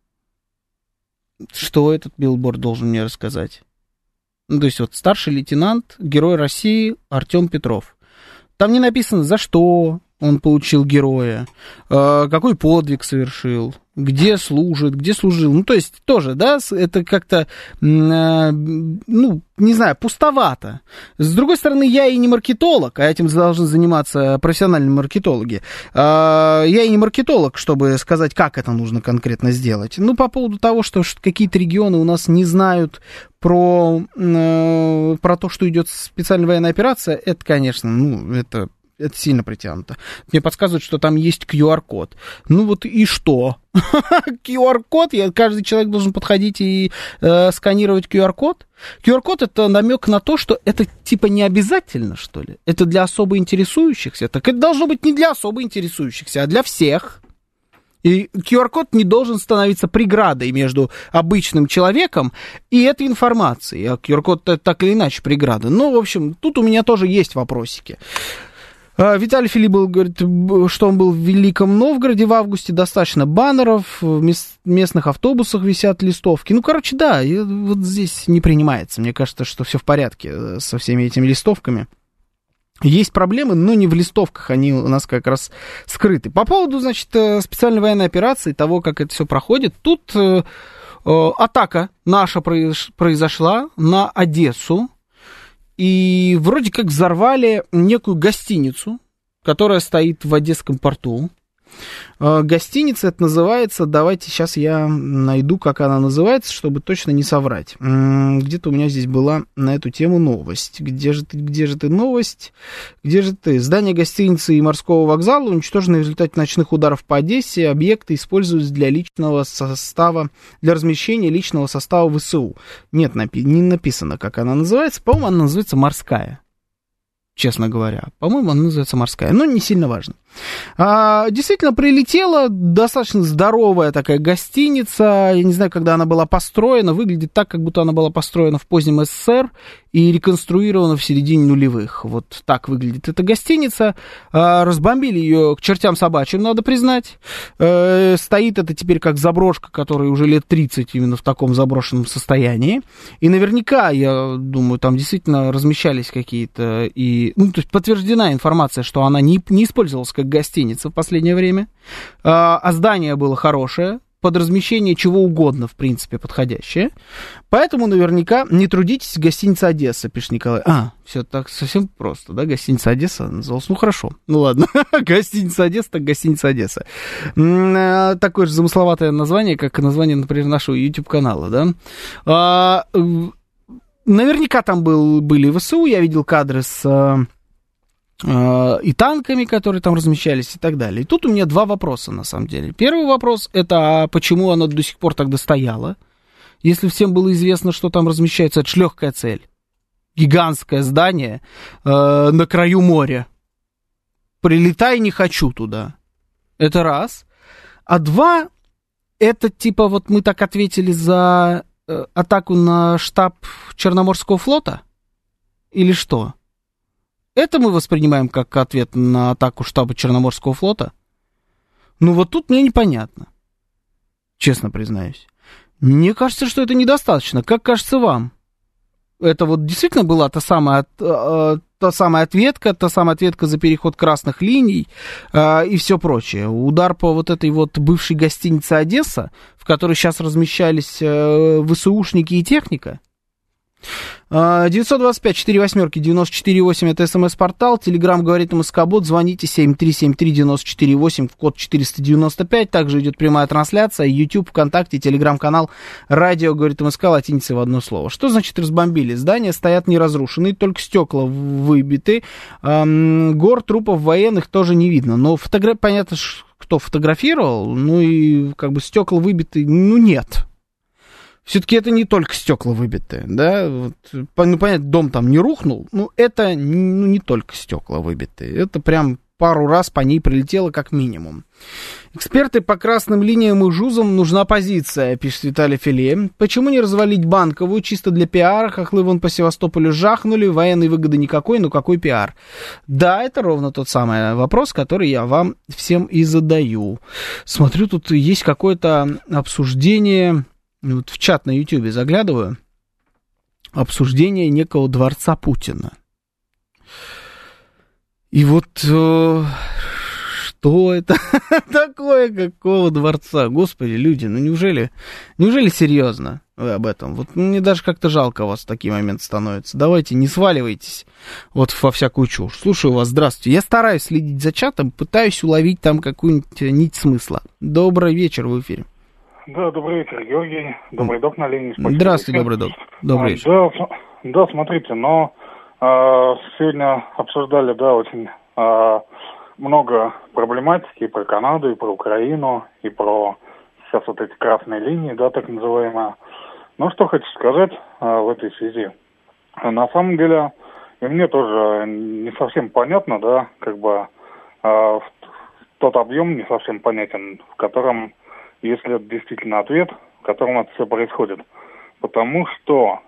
Что этот билборд должен мне рассказать? Ну, то есть вот старший лейтенант, Герой России Артем Петров. Там не написано, за что он получил героя, какой подвиг совершил, где служит, где служил. Ну, то есть тоже, да, это как-то, ну, не знаю, пустовато. С другой стороны, я и не маркетолог, а этим должны заниматься профессиональные маркетологи. Я и не маркетолог, чтобы сказать, как это нужно конкретно сделать. Ну, по поводу того, что какие-то регионы у нас не знают про то, что идет специальная военная операция, это, конечно, ну, это сильно притянуто. Мне подсказывают, что там есть QR-код. Ну вот и что? QR-код? Каждый человек должен подходить и сканировать QR-код? QR-код — это намек на то, что это типа не обязательно, что ли? Это для особо интересующихся? Так это должно быть не для особо интересующихся, а для всех. И QR-код не должен становиться преградой между обычным человеком и этой информацией. А QR-код — это так или иначе преграда. Ну, в общем, тут у меня тоже есть вопросики. Виталий Филиппов говорит, что он был в Великом Новгороде в августе, достаточно баннеров, в местных автобусах висят листовки. Ну, короче, да, вот здесь не принимается. Мне кажется, что все в порядке со всеми этими листовками. Есть проблемы, но не в листовках, они у нас как раз скрыты. По поводу, значит, специальной военной операции, того, как это все проходит, тут атака наша произошла на Одессу. И вроде как взорвали некую гостиницу, которая стоит в Одесском порту. Гостиница это называется, давайте сейчас я найду, как она называется, чтобы точно не соврать. Где-то у меня здесь была на эту тему новость. Где же ты новость? Где же ты? Здание гостиницы и морского вокзала уничтожено в результате ночных ударов по Одессе. Объекты используются для личного состава, для размещения личного состава ВСУ. Нет, не написано, как она называется. По-моему, она называется «Морская». Честно говоря. По-моему, она называется «Морская». Но не сильно важно. Действительно, прилетела достаточно здоровая такая гостиница. Я не знаю, когда она была построена. Выглядит так, как будто она была построена в позднем СССР и реконструирована в середине нулевых. Вот так выглядит эта гостиница. Разбомбили ее к чертям собачьим, надо признать. Стоит это теперь как заброшка, которая уже лет 30 именно в таком заброшенном состоянии. И наверняка, я думаю, там действительно размещались какие-то... Ну, то есть подтверждена информация, что она не использовалась как гостиница в последнее время. А здание было хорошее, под размещение чего угодно, в принципе, подходящее. Поэтому наверняка не трудитесь, гостиница Одесса, пишет Николай. Все так совсем просто, да, гостиница Одесса называлась. Ну, хорошо, ну ладно, гостиница Одесса, так гостиница Одесса. Такое же замысловатое название, как название, например, нашего YouTube-канала, да. Наверняка там были ВСУ, я видел кадры с... и танками, которые там размещались, и так далее. И тут у меня два вопроса, на самом деле. Первый вопрос, это почему оно до сих пор так достояло? Если всем было известно, что там размещается, это ж легкая цель. Гигантское здание на краю моря. Прилетай, не хочу туда. Это раз. А два, это типа вот мы так ответили за атаку на штаб Черноморского флота? Или что? Это мы воспринимаем как ответ на атаку штаба Черноморского флота? Ну вот тут мне непонятно. Честно признаюсь. Мне кажется, что это недостаточно. Как кажется вам? Это вот действительно была та самая ответка за переход красных линий и все прочее. Удар по вот этой вот бывшей гостинице «Одесса», в которой сейчас размещались ВСУшники и техника. 925-48-94-8, это СМС-портал, Телеграм говорит МСК-бот, звоните 7373-94-8, код 495, также идет прямая трансляция, YouTube, ВКонтакте, Телеграм-канал, радио говорит МСК, латиницей в одно слово. Что значит разбомбили? Здания стоят неразрушенные, только стекла выбиты, гор трупов военных тоже не видно, но понятно, кто фотографировал, ну и как бы стекла выбиты, ну нет. Все-таки это не только стекла выбитые, да, вот, ну, понятно, дом там не рухнул, но это не только стекла выбитые, это прям пару раз по ней прилетело как минимум. Эксперты по красным линиям и ЖУЗам нужна позиция, пишет Виталий Филе. Почему не развалить Банковую чисто для пиара? Хохлы вон по Севастополю жахнули, военной выгоды никакой, но какой пиар? Да, это ровно тот самый вопрос, который я вам всем и задаю. Смотрю, тут есть какое-то обсуждение, вот в чат на Ютьюбе заглядываю, обсуждение некого дворца Путина. И вот... Что это такое, какого дворца? Господи, люди, ну неужели серьезно вы об этом? Вот мне даже как-то жалко вас в такие моменты становится. Давайте, не сваливайтесь вот во всякую чушь. Слушаю вас, здравствуйте. Я стараюсь следить за чатом, пытаюсь уловить там какую-нибудь нить смысла. Добрый вечер в эфире. Да, добрый вечер, Георгий. Добрый док на линии. Спасибо. Здравствуйте, добрый док. Добрый вечер. Да, смотрите, но сегодня обсуждали, да, очень... много проблематики и про Канаду, и про Украину, и про сейчас вот эти красные линии, да, так называемые. Ну, что хочу сказать в этой связи. На самом деле, и мне тоже не совсем понятно, да, как бы тот объем не совсем понятен, в котором, если это действительно ответ, в котором это все происходит. Потому что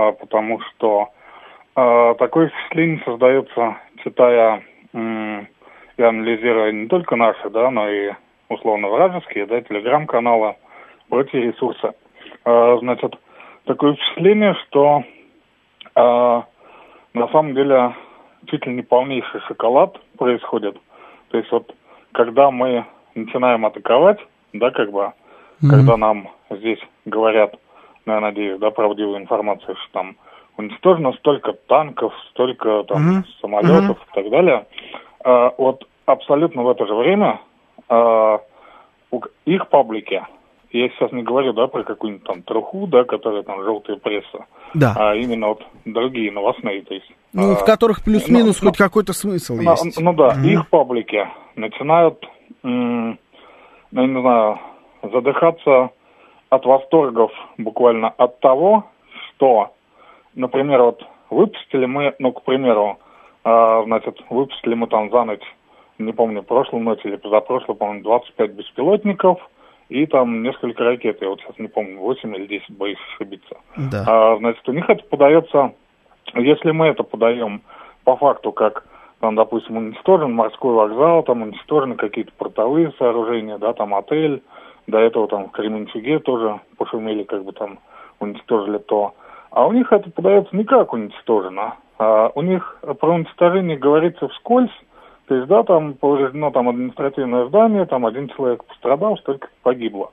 такое впечатление создается, читая... и анализируя не только наши, да, но и условно вражеские, да, телеграм-каналы, прочие ресурсы. Значит, такое впечатление, что на самом деле чуть ли не полнейший шоколад происходит. То есть вот, когда мы начинаем атаковать, да, как бы, когда нам здесь говорят, ну, я надеюсь, да, правдивую информацию, что там уничтожено столько танков, столько там самолетов и так далее. Вот абсолютно в это же время их паблики, я сейчас не говорю, да, про какую-нибудь там труху, да, которая там желтая пресса, да, а именно вот другие новостные, то есть... Ну, в которых плюс-минус хоть какой-то смысл есть. Ну да, их паблики начинают, ну, не знаю, задыхаться от восторгов буквально от того, что, например, вот выпустили мы, ну, к примеру, значит, выпустили мы там за ночь, не помню, прошлую ночь или позапрошлую, по-моему, 25 беспилотников и там несколько ракет, я вот сейчас не помню, 8 или 10, боюсь ошибиться. Да. Значит, у них это подается, если мы это подаем по факту, как, там, допустим, уничтожен морской вокзал, там уничтожены какие-то портовые сооружения, да, там отель, до этого там в Кременчуге тоже пошумели, как бы там уничтожили то. А у них это подается не как уничтожено. У них про уничтожение говорится вскользь, то есть, да, там повреждено там административное здание, там один человек пострадал, столько погибло.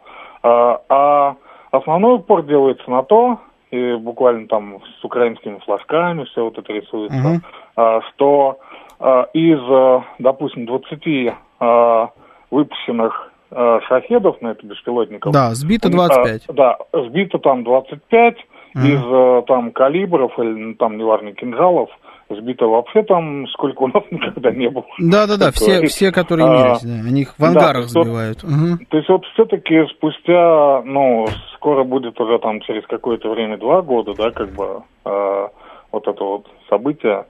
А основной упор делается на то, и буквально там с украинскими флажками все вот это рисуется, что из, допустим, 20 выпущенных шахедов, на это беспилотников... Да, сбито 25. Да, сбито там 25, из там калибров или там, неважно, кинжалов, сбито вообще там, сколько у нас никогда не было. Да-да-да, все, которые имелись, да, они их в ангарах сбивают. То есть вот все-таки спустя, ну, скоро будет уже там через какое-то время 2 года, да, как бы вот это вот событие,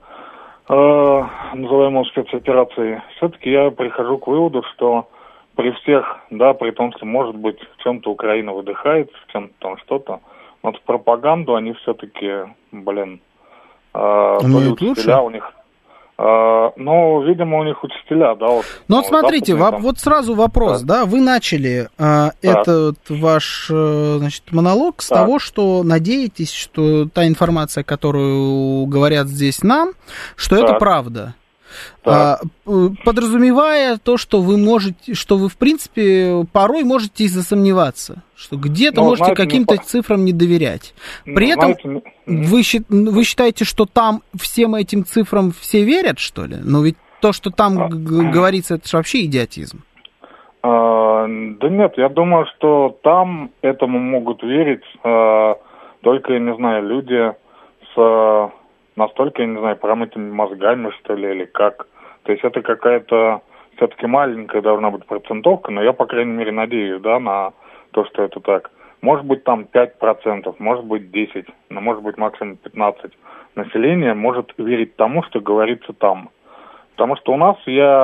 называемое спецоперацией, все-таки я прихожу к выводу, что при всех, да, при том, что, может быть, в чем-то Украина выдыхает, в чем-то там что-то, вот в пропаганду они все-таки, блин, то ли учителя у них, ну, видимо, у них учителя, да, вот. Ну, вот смотрите, вот сразу вопрос, да, вы начали этот ваш, значит, монолог с того, что надеетесь, что та информация, которую говорят здесь нам, что это правда. Подразумевая то, что вы можете, что вы, в принципе, порой можете и засомневаться, что где-то можете каким-то цифрам не доверять. При этом вы считаете, что там всем этим цифрам все верят, что ли? Но ведь то, что там говорится, это же вообще идиотизм. Да нет, я думаю, что там этому могут верить только, я не знаю, люди с... настолько, я не знаю, промытыми мозгами, что ли, или как. То есть это какая-то все-таки маленькая должна быть процентовка, но я, по крайней мере, надеюсь, да, на то, что это так. Может быть, там 5%, может быть, 10%, но может быть, максимум 15%. Население может верить тому, что говорится там. Потому что у нас, я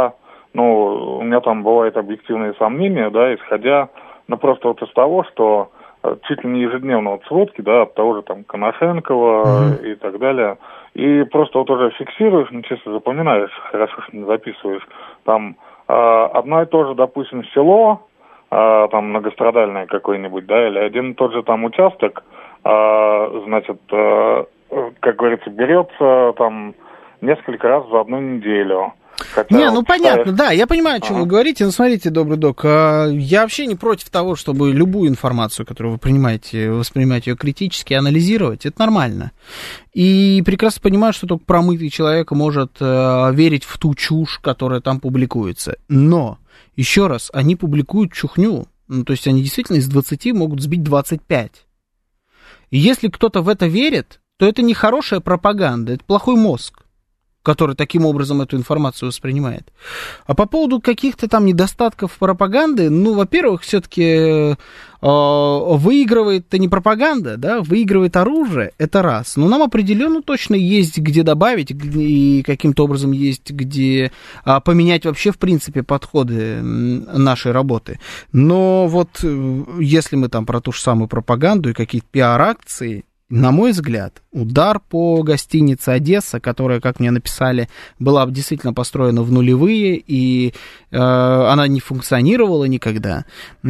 у меня там бывают объективные сомнения, да, исходя, просто вот из того, что чуть ли не ежедневно вот сводки, да, от того же там Коношенкова и так далее, и просто вот уже фиксируешь, чисто запоминаешь, хорошо, что не записываешь, там одно и то же, допустим, село, там многострадальное какое-нибудь, да, или один и тот же там участок, значит, как говорится, берется там несколько раз за одну неделю. Хотя понятно, да, я понимаю, о чем вы говорите, но смотрите, добрый док, я вообще не против того, чтобы любую информацию, которую вы принимаете, воспринимать ее критически, анализировать, это нормально. И прекрасно понимаю, что только промытый человек может верить в ту чушь, которая там публикуется. Но, еще раз, они публикуют чухню, то есть они действительно из 20 могут сбить 25. И если кто-то в это верит, то это не хорошая пропаганда, это плохой мозг, который таким образом эту информацию воспринимает. А по поводу каких-то там недостатков пропаганды, во-первых, все-таки выигрывает-то не пропаганда, да, выигрывает оружие, это раз. Но нам определенно точно есть где добавить, и каким-то образом есть где поменять вообще, в принципе, подходы нашей работы. Но вот если мы там про ту же самую пропаганду и какие-то пиар-акции, на мой взгляд, удар по гостинице «Одесса», которая, как мне написали, была действительно построена в нулевые, и она не функционировала никогда,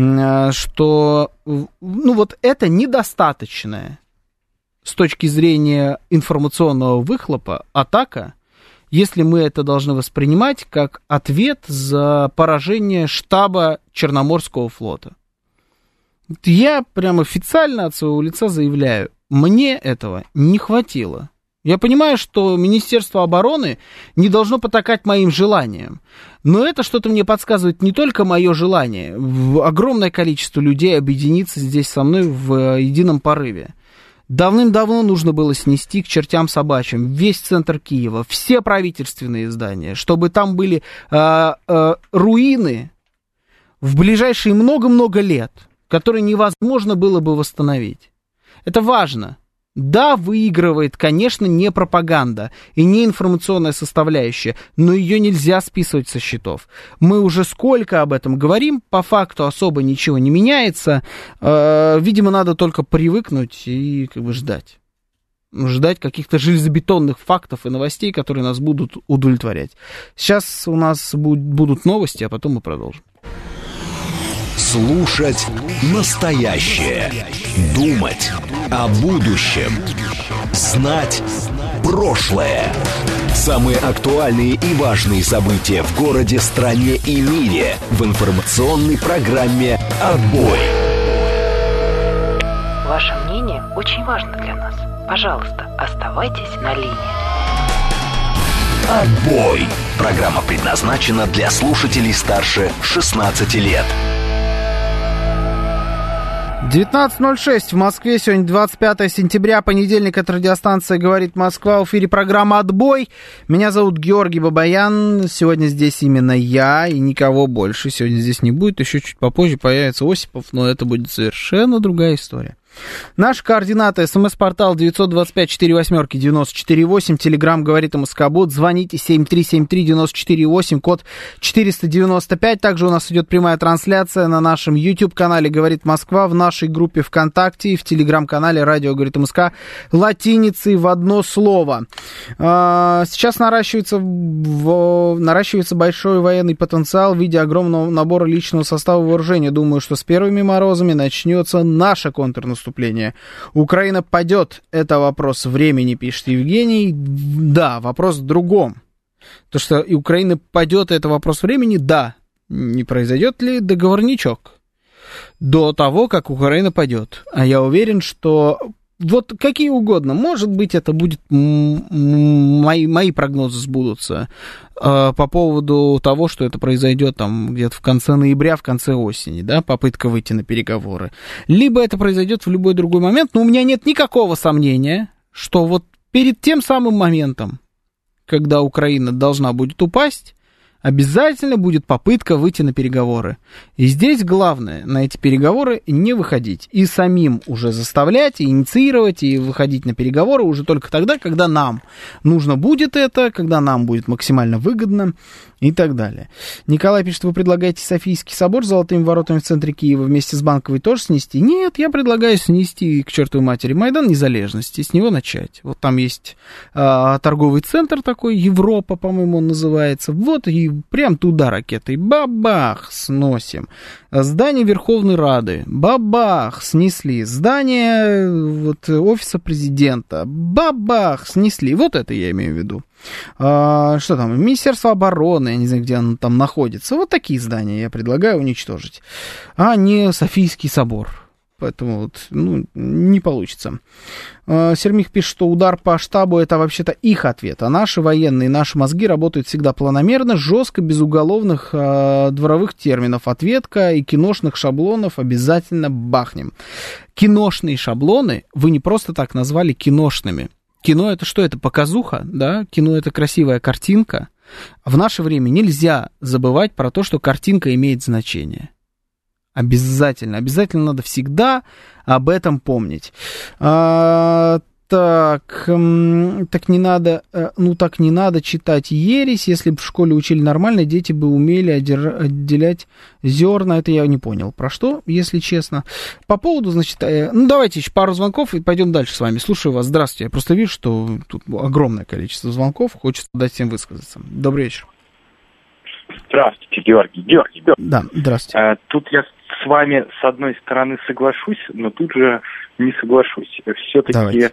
что, вот это недостаточная с точки зрения информационного выхлопа атака, если мы это должны воспринимать как ответ за поражение штаба Черноморского флота. Я прям официально от своего лица заявляю, мне этого не хватило. Я понимаю, что Министерство обороны не должно потакать моим желаниям, но это что-то мне подсказывает не только мое желание. Огромное количество людей объединится здесь со мной в едином порыве. Давным-давно нужно было снести к чертям собачьим весь центр Киева, все правительственные здания, чтобы там были руины в ближайшие много-много лет, которые невозможно было бы восстановить. Это важно. Да, выигрывает, конечно, не пропаганда и не информационная составляющая, но ее нельзя списывать со счетов. Мы уже сколько об этом говорим, по факту особо ничего не меняется. Видимо, надо только привыкнуть и ждать. Ждать каких-то железобетонных фактов и новостей, которые нас будут удовлетворять. Сейчас у нас будут новости, а потом мы продолжим. Слушать настоящее. Думать о будущем. Знать прошлое. Самые актуальные и важные события в городе, стране и мире в информационной программе «Отбой». Ваше мнение очень важно для нас. Пожалуйста, оставайтесь на линии. «Отбой». Программа предназначена для слушателей старше 16 лет. 19:06 в Москве, сегодня 25 сентября, понедельник, от радиостанции «Говорит Москва», в эфире программа «Отбой». Меня зовут Георгий Бабаян, сегодня здесь именно я и никого больше, сегодня здесь не будет, еще чуть попозже появится Осипов, но это будет совершенно другая история. Наши координаты: СМС-портал 925-48-94-8, Телеграм «Говорит МСК-бот», звоните 7373-94-8, код 495. Также у нас идет прямая трансляция на нашем YouTube-канале «Говорит Москва», в нашей группе ВКонтакте и в Телеграм-канале «Радио Говорит МСК» латиницей в одно слово. Сейчас наращивается большой военный потенциал в виде огромного набора личного состава вооружения. Думаю, что с первыми морозами начнется наше контрнаступление. Украина падет. Это вопрос времени, пишет Евгений. Да, вопрос в другом. То, что и Украина падет, это вопрос времени, да. Не произойдет ли договорничок до того, как Украина падет? А я уверен, что вот какие угодно. Может быть, это будет... Мои прогнозы сбудутся по поводу того, что это произойдет там где-то в конце ноября, в конце осени, да, попытка выйти на переговоры. Либо это произойдет в любой другой момент, но у меня нет никакого сомнения, что вот перед тем самым моментом, когда Украина должна будет упасть, обязательно будет попытка выйти на переговоры. И здесь главное на эти переговоры не выходить. И самим уже заставлять, и инициировать, и выходить на переговоры уже только тогда, когда нам нужно будет это, когда нам будет максимально выгодно. и так далее. Николай пишет, вы предлагаете Софийский собор с золотыми воротами в центре Киева вместе с Банковой тоже снести? Нет, я предлагаю снести к чертовой матери Майдан Незалежности, с него начать. Вот там есть торговый центр такой, Европа, по-моему, он называется. Вот и прям туда ракетой, бабах, сносим. Здание Верховной Рады, бабах, снесли. Здание вот, офиса президента, бабах, снесли. Вот это я имею в виду. Что там, Министерство обороны, я не знаю, где оно там находится. Вот такие здания я предлагаю уничтожить, а не Софийский собор. Поэтому вот, не получится. Сермих пишет, что удар по штабу — это вообще-то их ответ, а наши военные, наши мозги работают всегда планомерно, жестко, без уголовных дворовых терминов. Ответка и киношных шаблонов обязательно бахнем. Киношные шаблоны вы не просто так назвали киношными. Кино — это что? Это показуха, да? Кино — это красивая картинка. В наше время нельзя забывать про то, что картинка имеет значение. Обязательно надо всегда об этом помнить. Так не надо читать ересь. Если бы в школе учили нормально, дети бы умели отделять зерна. Это я не понял. Про что, если честно? По поводу, значит, давайте еще пару звонков и пойдем дальше с вами. Слушаю вас. Здравствуйте. Я просто вижу, что тут огромное количество звонков. Хочется дать всем высказаться. Добрый вечер. Здравствуйте, Георгий. Да, здравствуйте. Тут я с вами, с одной стороны, соглашусь, но тут же не соглашусь. Все-таки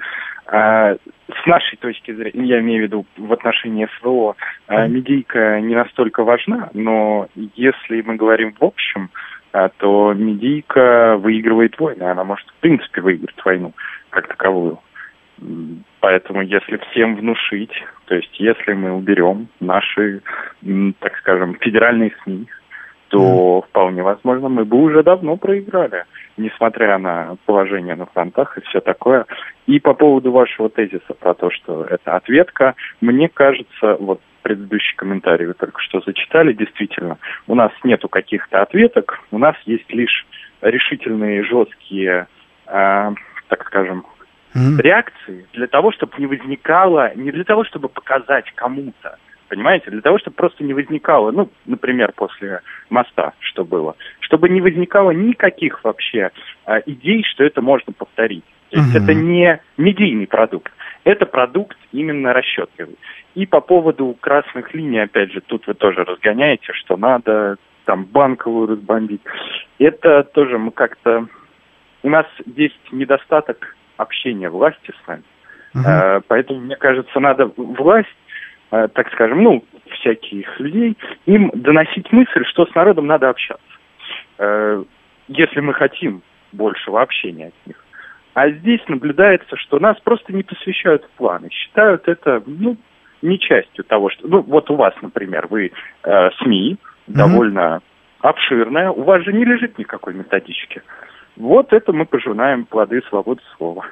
с нашей точки зрения, я имею в виду в отношении СВО, медийка не настолько важна, но если мы говорим в общем, то медийка выигрывает войны. Она может, в принципе, выиграть войну как таковую. Поэтому, если всем внушить, то есть если мы уберем наши, так скажем, федеральные СМИ, то вполне возможно мы бы уже давно проиграли, несмотря на положение на фронтах и все такое. И по поводу вашего тезиса про то, что это ответка, мне кажется, вот предыдущий комментарий вы только что зачитали, действительно, у нас нету каких-то ответок, у нас есть лишь решительные, жесткие, так скажем, реакции для того, чтобы не возникало, не для того, чтобы показать кому-то, понимаете, для того, чтобы просто не возникало, например, после моста, что было, чтобы не возникало никаких вообще идей, что это можно повторить. То есть это не медийный продукт, это продукт именно расчетливый. И по поводу красных линий, опять же, тут вы тоже разгоняете, что надо там Банковую разбомбить. Это тоже мы как-то... У нас есть недостаток общения власти с нами. Поэтому, мне кажется, надо власть, так скажем, всяких людей, им доносить мысль, что с народом надо общаться. Если мы хотим большего общения от них. А здесь наблюдается, что нас просто не посвящают в планы. Считают это, не частью того, что... вот у вас, например, вы СМИ, довольно обширная, у вас же не лежит никакой методички. Вот это мы пожинаем плоды свободы слова.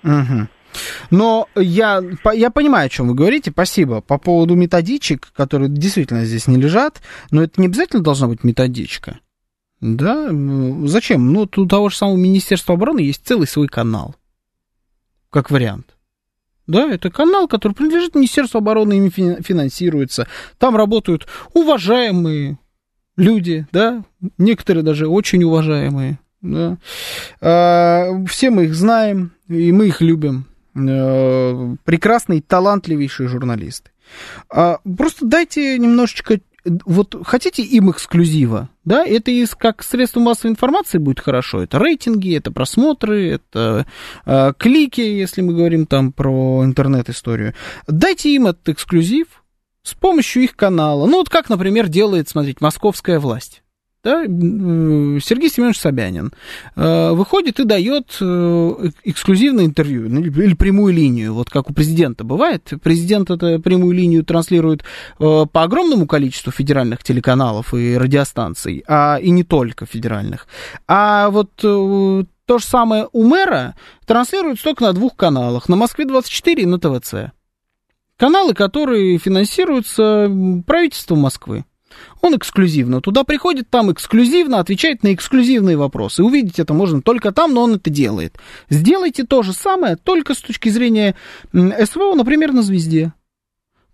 Но я понимаю, о чем вы говорите, спасибо. По поводу методичек, которые действительно здесь не лежат, но это не обязательно должна быть методичка. Да? Зачем? У того же самого Министерства обороны есть целый свой канал, как вариант. Да, это канал, который принадлежит Министерству обороны, ими финансируется. Там работают уважаемые люди, да, некоторые даже очень уважаемые. Да. Все мы их знаем, и мы их любим. Прекрасные, талантливейшие журналисты. Просто дайте немножечко... Вот хотите им эксклюзива, да, это как средство массовой информации будет хорошо, это рейтинги, это просмотры, это клики, если мы говорим там про интернет-историю. Дайте им этот эксклюзив с помощью их канала. Вот как, например, делает, смотрите, «Московская власть». Да, Сергей Семенович Собянин выходит и дает эксклюзивное интервью или прямую линию, вот как у президента бывает. Президент эту прямую линию транслирует по огромному количеству федеральных телеканалов и радиостанций, и не только федеральных. А вот то же самое у мэра транслируется только на 2 каналах, на Москве-24 и на ТВЦ. Каналы, которые финансируются правительством Москвы. Он эксклюзивно туда приходит, там эксклюзивно отвечает на эксклюзивные вопросы. Увидеть это можно только там, но он это делает. Сделайте то же самое, только с точки зрения СВО, например, на «Звезде».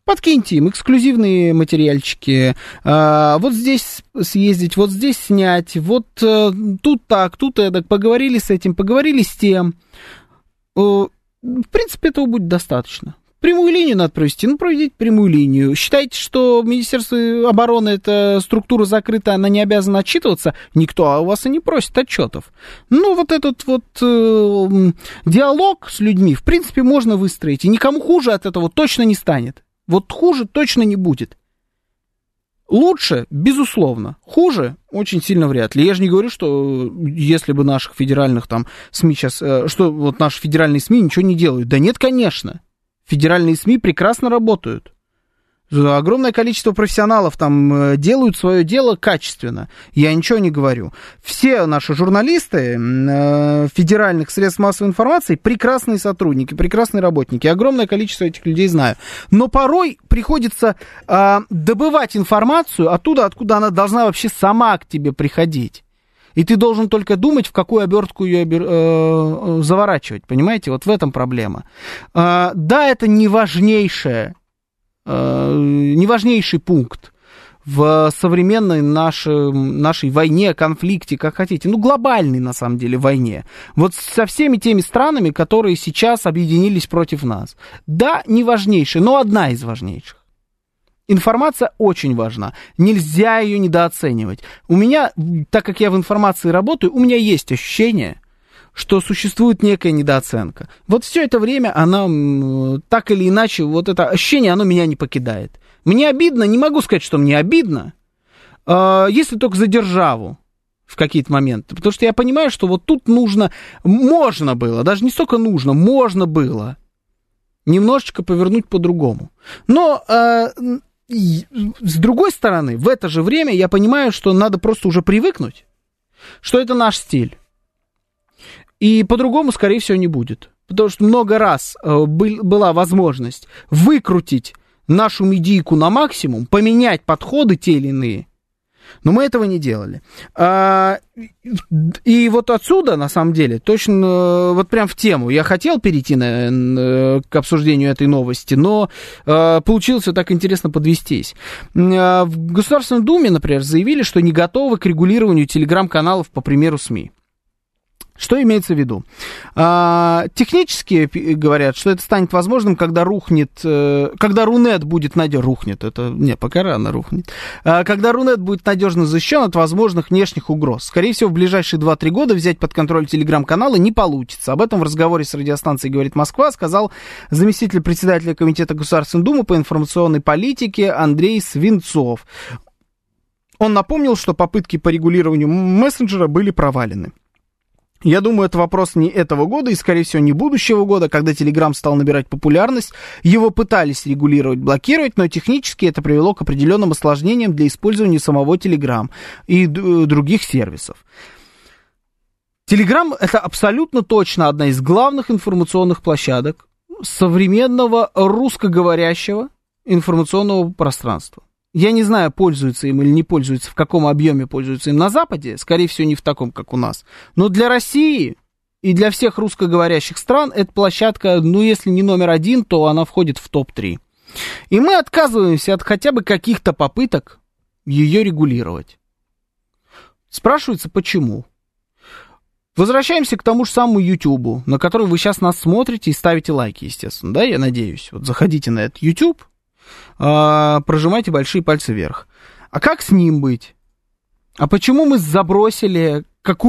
Подкиньте им эксклюзивные материальчики, вот здесь съездить, вот здесь снять, вот тут так, тут эдак, поговорили с этим, поговорили с тем. В принципе, этого будет достаточно. Прямую линию надо провести, проведите прямую линию. Считаете, что Министерство обороны это структура закрытая, она не обязана отчитываться? Никто у вас и не просит отчетов. Вот этот вот диалог с людьми, в принципе, можно выстроить, и никому хуже от этого точно не станет. Вот хуже точно не будет. Лучше, безусловно. Хуже очень сильно вряд ли. Я же не говорю, что если бы наших федеральных там СМИ сейчас, что вот наши федеральные СМИ ничего не делают. Да нет, конечно. Федеральные СМИ прекрасно работают. Огромное количество профессионалов там делают свое дело качественно. Я ничего не говорю. Все наши журналисты федеральных средств массовой информации прекрасные сотрудники, прекрасные работники. Огромное количество этих людей знаю. Но порой приходится добывать информацию оттуда, откуда она должна вообще сама к тебе приходить. И ты должен только думать, в какую обертку ее заворачивать. Понимаете? Вот в этом проблема. Да, это не важнейший пункт в современной нашей войне, конфликте, как хотите. Глобальной, на самом деле, войне. Вот со всеми теми странами, которые сейчас объединились против нас. Да, не важнейший, но одна из важнейших. Информация очень важна. Нельзя ее недооценивать. У меня, так как я в информации работаю, у меня есть ощущение, что существует некая недооценка. Вот все это время она, так или иначе, вот это ощущение, оно меня не покидает. Мне обидно, не могу сказать, что мне обидно, если только за державу в какие-то моменты. Потому что я понимаю, что вот тут можно было, даже не столько нужно, можно было немножечко повернуть по-другому. Но с другой стороны, в это же время я понимаю, что надо просто уже привыкнуть, что это наш стиль. И по-другому, скорее всего, не будет. Потому что много раз была возможность выкрутить нашу медийку на максимум, поменять подходы те или иные. Но мы этого не делали. И вот отсюда, на самом деле, точно, вот прям в тему, я хотел перейти к обсуждению этой новости, но получилось вот так интересно подвестись. В Государственной Думе, например, заявили, что не готовы к регулированию телеграм-каналов по примеру СМИ. Что имеется в виду? Технически говорят, что это станет возможным, когда Рунет будет пока рано рухнет. Когда Рунет будет надежно защищен от возможных внешних угроз. Скорее всего, в ближайшие 2-3 года взять под контроль телеграм-каналы не получится. Об этом в разговоре с радиостанцией «Говорит Москва» сказал заместитель председателя Комитета Государственной Думы по информационной политике Андрей Свинцов. Он напомнил, что попытки по регулированию мессенджера были провалены. Я думаю, это вопрос не этого года и, скорее всего, не будущего года, когда Telegram стал набирать популярность. Его пытались регулировать, блокировать, но технически это привело к определенным осложнениям для использования самого Telegram и других сервисов. Telegram — это абсолютно точно одна из главных информационных площадок современного русскоговорящего информационного пространства. Я не знаю, пользуются им или не пользуются, в каком объеме пользуются им на Западе, скорее всего, не в таком, как у нас. Но для России и для всех русскоговорящих стран эта площадка, если не номер 1, то она входит в топ-3. И мы отказываемся от хотя бы каких-то попыток ее регулировать. Спрашивается, почему? Возвращаемся к тому же самому Ютубу, на который вы сейчас нас смотрите и ставите лайки, естественно, да, я надеюсь. Вот заходите на этот YouTube, прожимайте большие пальцы вверх. А как с ним быть? А почему мы забросили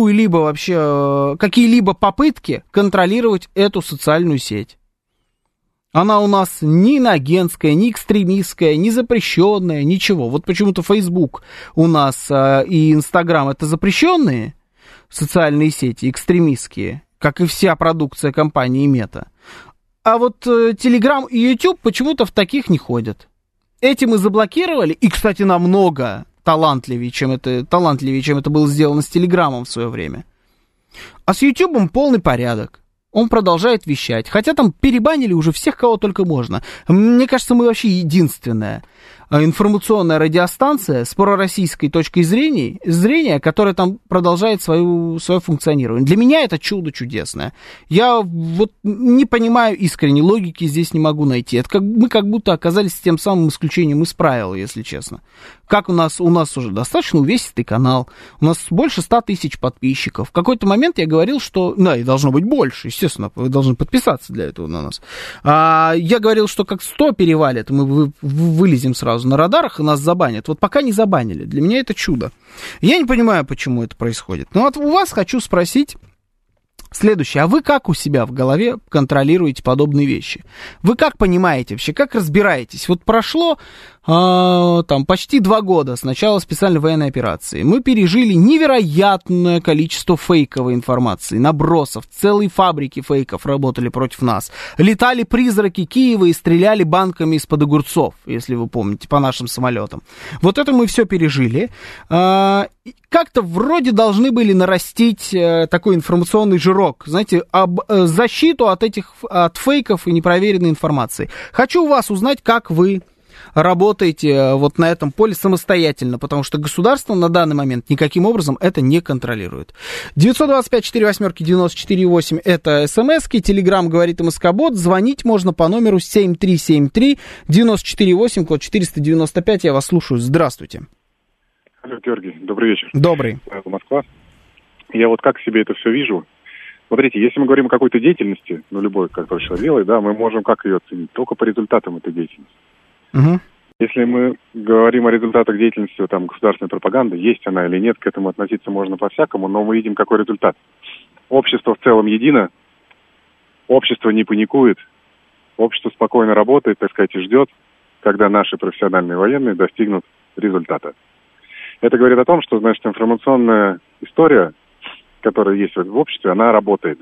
какие-либо попытки контролировать эту социальную сеть? Она у нас ни иноагентская, ни экстремистская, ни запрещенная, ничего. Вот почему-то Facebook у нас и Instagram — это запрещенные социальные сети, экстремистские, как и вся продукция компании Мета. А вот Telegram и YouTube почему-то в таких не ходят. Эти мы заблокировали, и, кстати, намного талантливее, чем это было сделано с Телеграмом в свое время. А с YouTube полный порядок. он продолжает вещать. Хотя там перебанили уже всех, кого только можно. Мне кажется, мы вообще единственная информационная радиостанция с пророссийской точкой зрения, которая там продолжает свое функционирование. Для меня это чудо чудесное. Я вот не понимаю искренне, логики здесь не могу найти. Это мы как будто оказались тем самым исключением из правил, если честно. Как у нас уже достаточно увесистый канал, у нас больше 100 тысяч подписчиков. В какой-то момент я говорил, что, да, и должно быть больше, естественно, вы должны подписаться для этого на нас. Я говорил, что как 100 перевалит, мы вылезем сразу на радарах и нас забанят. Вот пока не забанили. Для меня это чудо. Я не понимаю, почему это происходит. Но вот у вас хочу спросить следующее. А вы как у себя в голове контролируете подобные вещи? Вы как понимаете вообще, как разбираетесь? Вот прошло там почти 2 года с начала специальной военной операции. Мы пережили невероятное количество фейковой информации, набросов, целые фабрики фейков работали против нас. Летали призраки Киева и стреляли банками из-под огурцов, если вы помните, по нашим самолетам. Вот это мы все пережили. Как-то вроде должны были нарастить такой информационный жирок, знаете, защиту от фейков и непроверенной информации. Хочу у вас узнать, как вы работаете вот на этом поле самостоятельно, потому что государство на данный момент никаким образом это не контролирует. 925-48-94-8 это смски, телеграм говорит МСК-бот, звонить можно по номеру 7373-94-8, код 495, я вас слушаю, здравствуйте. Алло, Георгий, добрый вечер. Добрый. Москва. Я вот как себе это все вижу. Смотрите, если мы говорим о какой-то деятельности, ну, любой, который человек делает, да, мы можем как ее оценить? Только по результатам этой деятельности. Угу. Если мы говорим о результатах деятельности там, государственной пропаганды, есть она или нет, к этому относиться можно по-всякому, но мы видим, какой результат. Общество в целом едино, общество не паникует, общество спокойно работает, так сказать, и ждет, когда наши профессиональные военные достигнут результата. Это говорит о том, что, значит, информационная история, которая есть в обществе, она работает.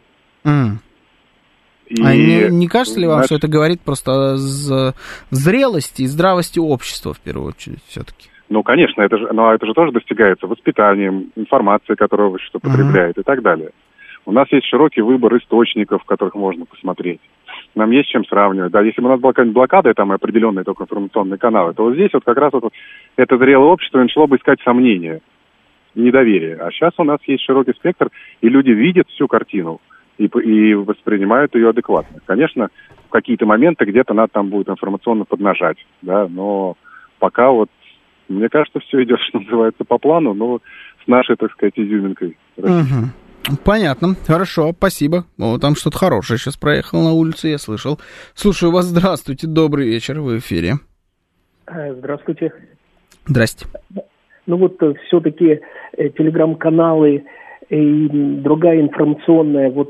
И, не кажется ли вам, что это говорит просто о зрелости и здравости общества, в первую очередь, все-таки? Ну, конечно, это же тоже достигается воспитанием, информацией, которую общество потребляет и так далее. У нас есть широкий выбор источников, которых можно посмотреть. Нам есть чем сравнивать. Да, если бы у нас была какая-нибудь блокада, там определенные только информационные каналы, то вот здесь вот как раз вот это зрелое общество начало бы искать сомнения, недоверие. А сейчас у нас есть широкий спектр, и люди видят всю картину и воспринимают ее адекватно. Конечно, в какие-то моменты где-то надо там будет информационно поднажать, да, но пока вот, мне кажется, все идет, что называется, по плану, но с нашей, так сказать, изюминкой. Понятно, хорошо, спасибо. О, там что-то хорошее сейчас проехал на улице, я слышал. Слушаю вас, здравствуйте, добрый вечер, вы в эфире. Здравствуйте. Здрасте. Ну вот все-таки телеграм-каналы и другая информационная, вот,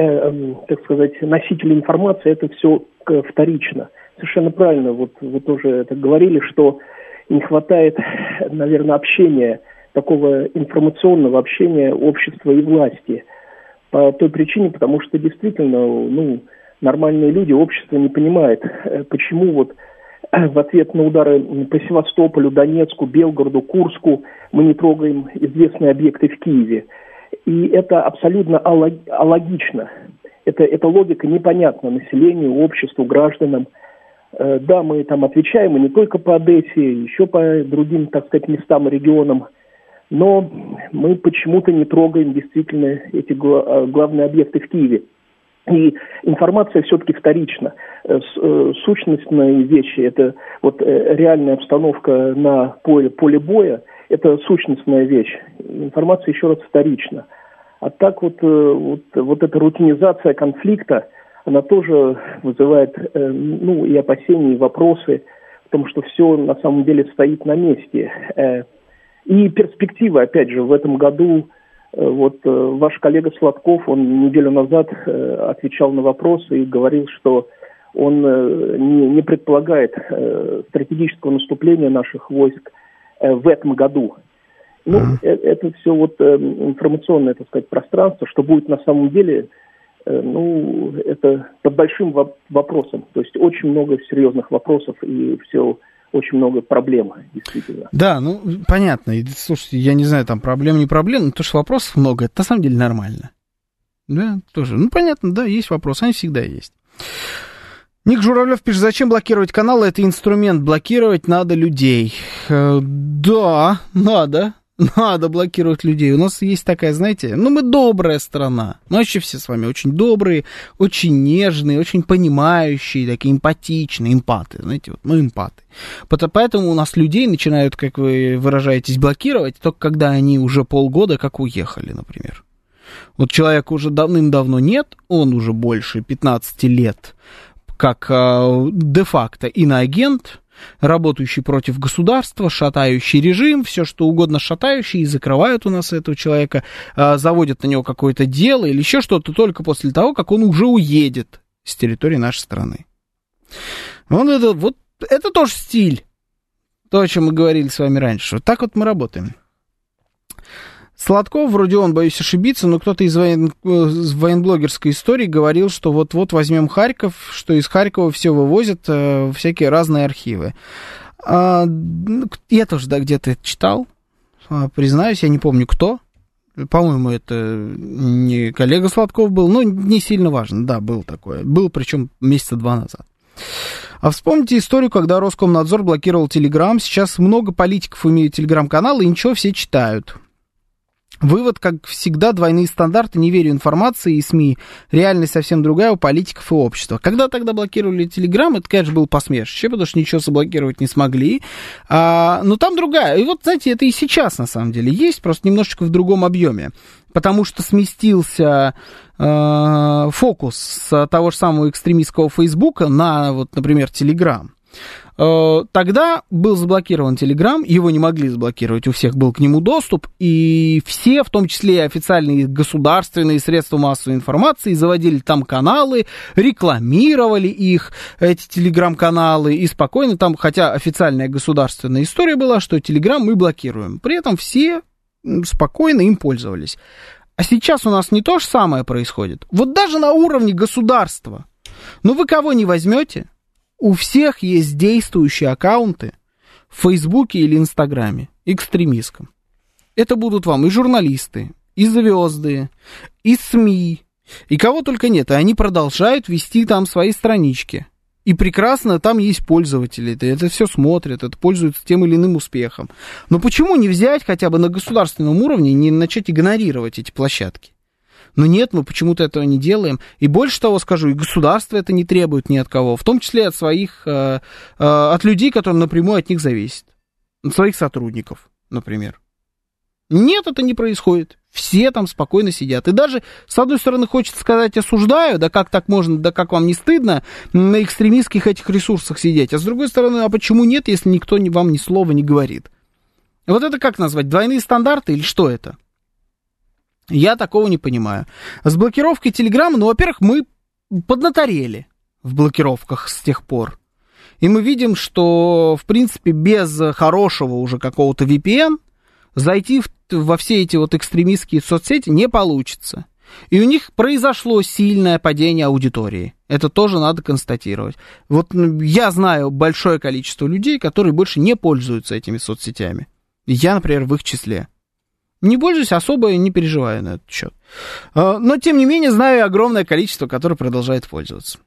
так сказать, носители информации, это все вторично. Совершенно правильно, вот вы тоже это говорили, что не хватает, наверное, общения, такого информационного общения общества и власти. По той причине, потому что действительно, ну, нормальные люди, общество не понимает, почему вот в ответ на удары по Севастополю, Донецку, Белгороду, Курску мы не трогаем известные объекты в Киеве. И это абсолютно алогично. Эта логика непонятна населению, обществу, гражданам. Да, мы там отвечаем и не только по Одессе, еще по другим, так сказать, местам и регионам. Но мы почему-то не трогаем действительно эти главные объекты в Киеве. И информация все-таки вторична. Сущностные вещи, это вот реальная обстановка на поле боя, это сущностная вещь. Информация еще раз вторична. А так вот эта рутинизация конфликта, она тоже вызывает и опасения, и вопросы в том, что все на самом деле стоит на месте. И перспективы, опять же, в этом году, вот ваш коллега Сладков, он неделю назад отвечал на вопросы и говорил, что он не предполагает стратегического наступления наших войск в этом году. Ну, это все вот информационное, так сказать, пространство, что будет на самом деле, это под большим вопросом. То есть очень много серьезных вопросов и все... Очень много проблем, действительно. Да, ну, понятно. И, слушайте, я не знаю, там проблем, не проблем, но то, что вопросов много, это на самом деле нормально. Да, тоже. Ну, понятно, да, есть вопрос, они всегда есть. Ник Журавлев пишет, зачем блокировать каналы? Это инструмент, блокировать надо людей. Да, надо блокировать людей. У нас есть такая, знаете, мы добрая страна. Мы вообще все с вами очень добрые, очень нежные, очень понимающие, такие эмпатичные, эмпаты. Знаете, вот мы эмпаты. Поэтому у нас людей начинают, как вы выражаетесь, блокировать, только когда они уже полгода как уехали, например. Вот человека уже давным-давно нет, он уже больше 15 лет как де-факто иноагент, работающий против государства, шатающий режим, все что угодно шатающий, и закрывают у нас этого человека, заводят на него какое-то дело или еще что-то только после того, как он уже уедет с территории нашей страны. Это тоже стиль. То, о чем мы говорили с вами раньше. Вот так вот мы работаем. Сладков, вроде он, боюсь ошибиться, но кто-то из военблогерской истории говорил, что вот-вот возьмем Харьков, что из Харькова все вывозят, всякие разные архивы. Я тоже, да, где-то это читал, признаюсь, я не помню кто. По-моему, это не коллега Сладков был, но не сильно важно, да, был такое. Был, причем месяца 2 назад. А вспомните историю, когда Роскомнадзор блокировал Телеграм. Сейчас много политиков имеют Телеграм-каналы, и ничего, все читают. Вывод, как всегда, двойные стандарты, не верю информации и СМИ. Реальность совсем другая у политиков и общества. Когда тогда блокировали Телеграм, это, конечно, было посмешище, потому что ничего заблокировать не смогли. Но там другая. И вот, знаете, это и сейчас, на самом деле, есть, просто немножечко в другом объеме. Потому что сместился фокус с того же самого экстремистского Фейсбука на, вот, например, Телеграм. Тогда был заблокирован Телеграм, его не могли заблокировать, у всех был к нему доступ, и все, в том числе и официальные государственные средства массовой информации, заводили там каналы, рекламировали их, эти Телеграм-каналы, и спокойно там, хотя официальная государственная история была, что Телеграм мы блокируем, при этом все спокойно им пользовались. А сейчас у нас не то же самое происходит. Вот даже на уровне государства. Вы кого не возьмете, у всех есть действующие аккаунты в Фейсбуке или Инстаграме, экстремистском. Это будут вам и журналисты, и звезды, и СМИ, и кого только нет. И они продолжают вести там свои странички. И прекрасно там есть пользователи, это все смотрят, это пользуются тем или иным успехом. Но почему не взять хотя бы на государственном уровне и не начать игнорировать эти площадки? Но нет, мы почему-то этого не делаем. И больше того скажу, и государство это не требует ни от кого, в том числе от своих, от людей, которые напрямую от них зависят. От своих сотрудников, например. Нет, это не происходит. Все там спокойно сидят. И даже, с одной стороны, хочется сказать, осуждаю, да как так можно, да как вам не стыдно на экстремистских этих ресурсах сидеть. А с другой стороны, а почему нет, если никто вам ни слова не говорит? Вот это как назвать? Двойные стандарты или что это? Я такого не понимаю. С блокировкой Телеграма, во-первых, мы поднаторели в блокировках с тех пор. И мы видим, что, в принципе, без хорошего уже какого-то VPN зайти во все эти вот экстремистские соцсети не получится. И у них произошло сильное падение аудитории. Это тоже надо констатировать. Вот я знаю большое количество людей, которые больше не пользуются этими соцсетями. Я, например, в их числе. Не пользуюсь, особо не переживаю на этот счет. Но, тем не менее, знаю огромное количество, которое продолжает пользоваться.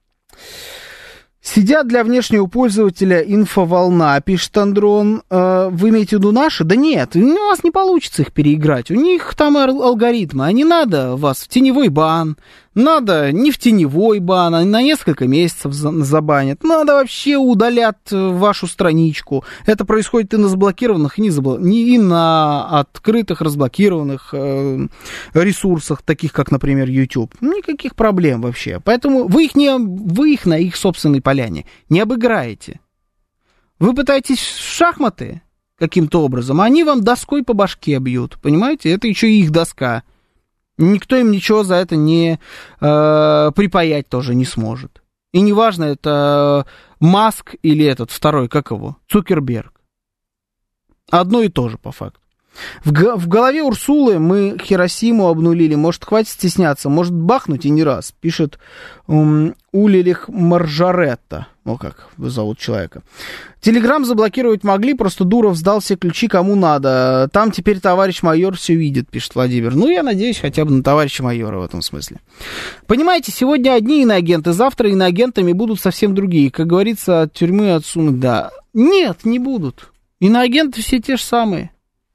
Сидят для внешнего пользователя инфоволна, пишет Андрон. Вы имеете в виду наши? Да нет, у вас не получится их переиграть. У них там алгоритмы, а не надо вас в теневой бан. Надо не в теневой бан, а на несколько месяцев забанят. Надо вообще удалят вашу страничку. Это происходит и на заблокированных, и на открытых, разблокированных ресурсах, таких как, например, YouTube. Никаких проблем вообще. Поэтому вы их на их собственной поляне не обыграете. Вы пытаетесь в шахматы каким-то образом, а они вам доской по башке бьют. Понимаете? Это еще и их доска. Никто им ничего за это не припаять тоже не сможет. И неважно, это Маск или этот второй, как его, Цукерберг. Одно и то же, по факту. В голове Урсулы мы Хиросиму обнулили. Может, хватит стесняться, может бахнуть и не раз, пишет Улилих Маржаретта. О, как зовут человека. Телеграм заблокировать могли, просто Дуров сдал все ключи кому надо. Там теперь товарищ майор все видит, пишет Владимир. Ну, я надеюсь хотя бы на товарища майора в этом смысле. Понимаете, сегодня одни иноагенты, завтра иноагентами будут совсем другие. Как говорится, от тюрьмы отсунуть, да. Нет, не будут. Иноагенты все те же самые.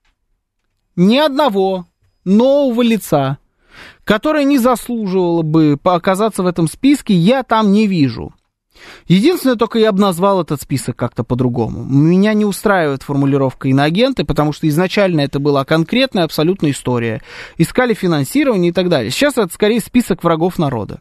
Ни одного нового лица, которое не заслуживало бы оказаться в этом списке, я там не вижу. Единственное, только я бы назвал этот список как-то по-другому. Меня не устраивает формулировка иноагенты, потому что изначально это была конкретная абсолютная история. Искали финансирование и так далее. Сейчас это скорее список врагов народа.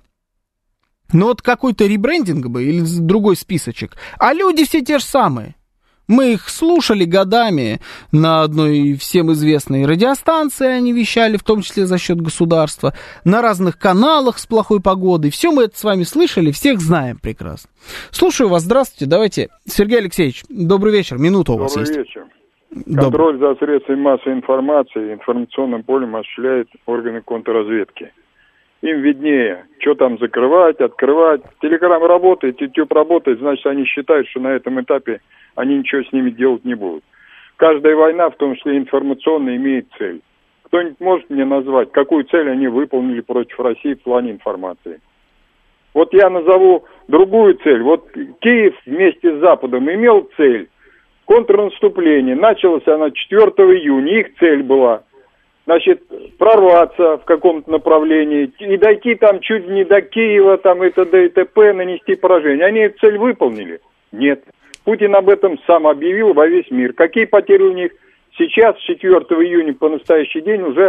Ну вот какой-то ребрендинг бы или другой списочек. А люди все те же самые. Мы их слушали годами на одной всем известной радиостанции, они вещали, в том числе за счет государства, на разных каналах с плохой погодой. Все мы это с вами слышали, всех знаем прекрасно. Слушаю вас, здравствуйте, давайте. Сергей Алексеевич, добрый вечер, минута у вас есть. Добрый вечер. Контроль за средствами массовой информации информационным полем осуществляют органы контрразведки. Им виднее, что там закрывать, открывать. Телеграм работает, YouTube работает, значит, они считают, что на этом этапе они ничего с ними делать не будут. Каждая война, в том числе информационная, имеет цель. Кто-нибудь может мне назвать, какую цель они выполнили против России в плане информации? Вот я назову другую цель. Вот Киев вместе с Западом имел цель контрнаступление. Началось оно 4 июня, их цель была, значит, прорваться в каком-то направлении и дойти там чуть не до Киева, там и т.д. и т.п., нанести поражение. Они эту цель выполнили? Нет. Путин об этом сам объявил во весь мир. Какие потери у них? Сейчас, с 4 июня по настоящий день, уже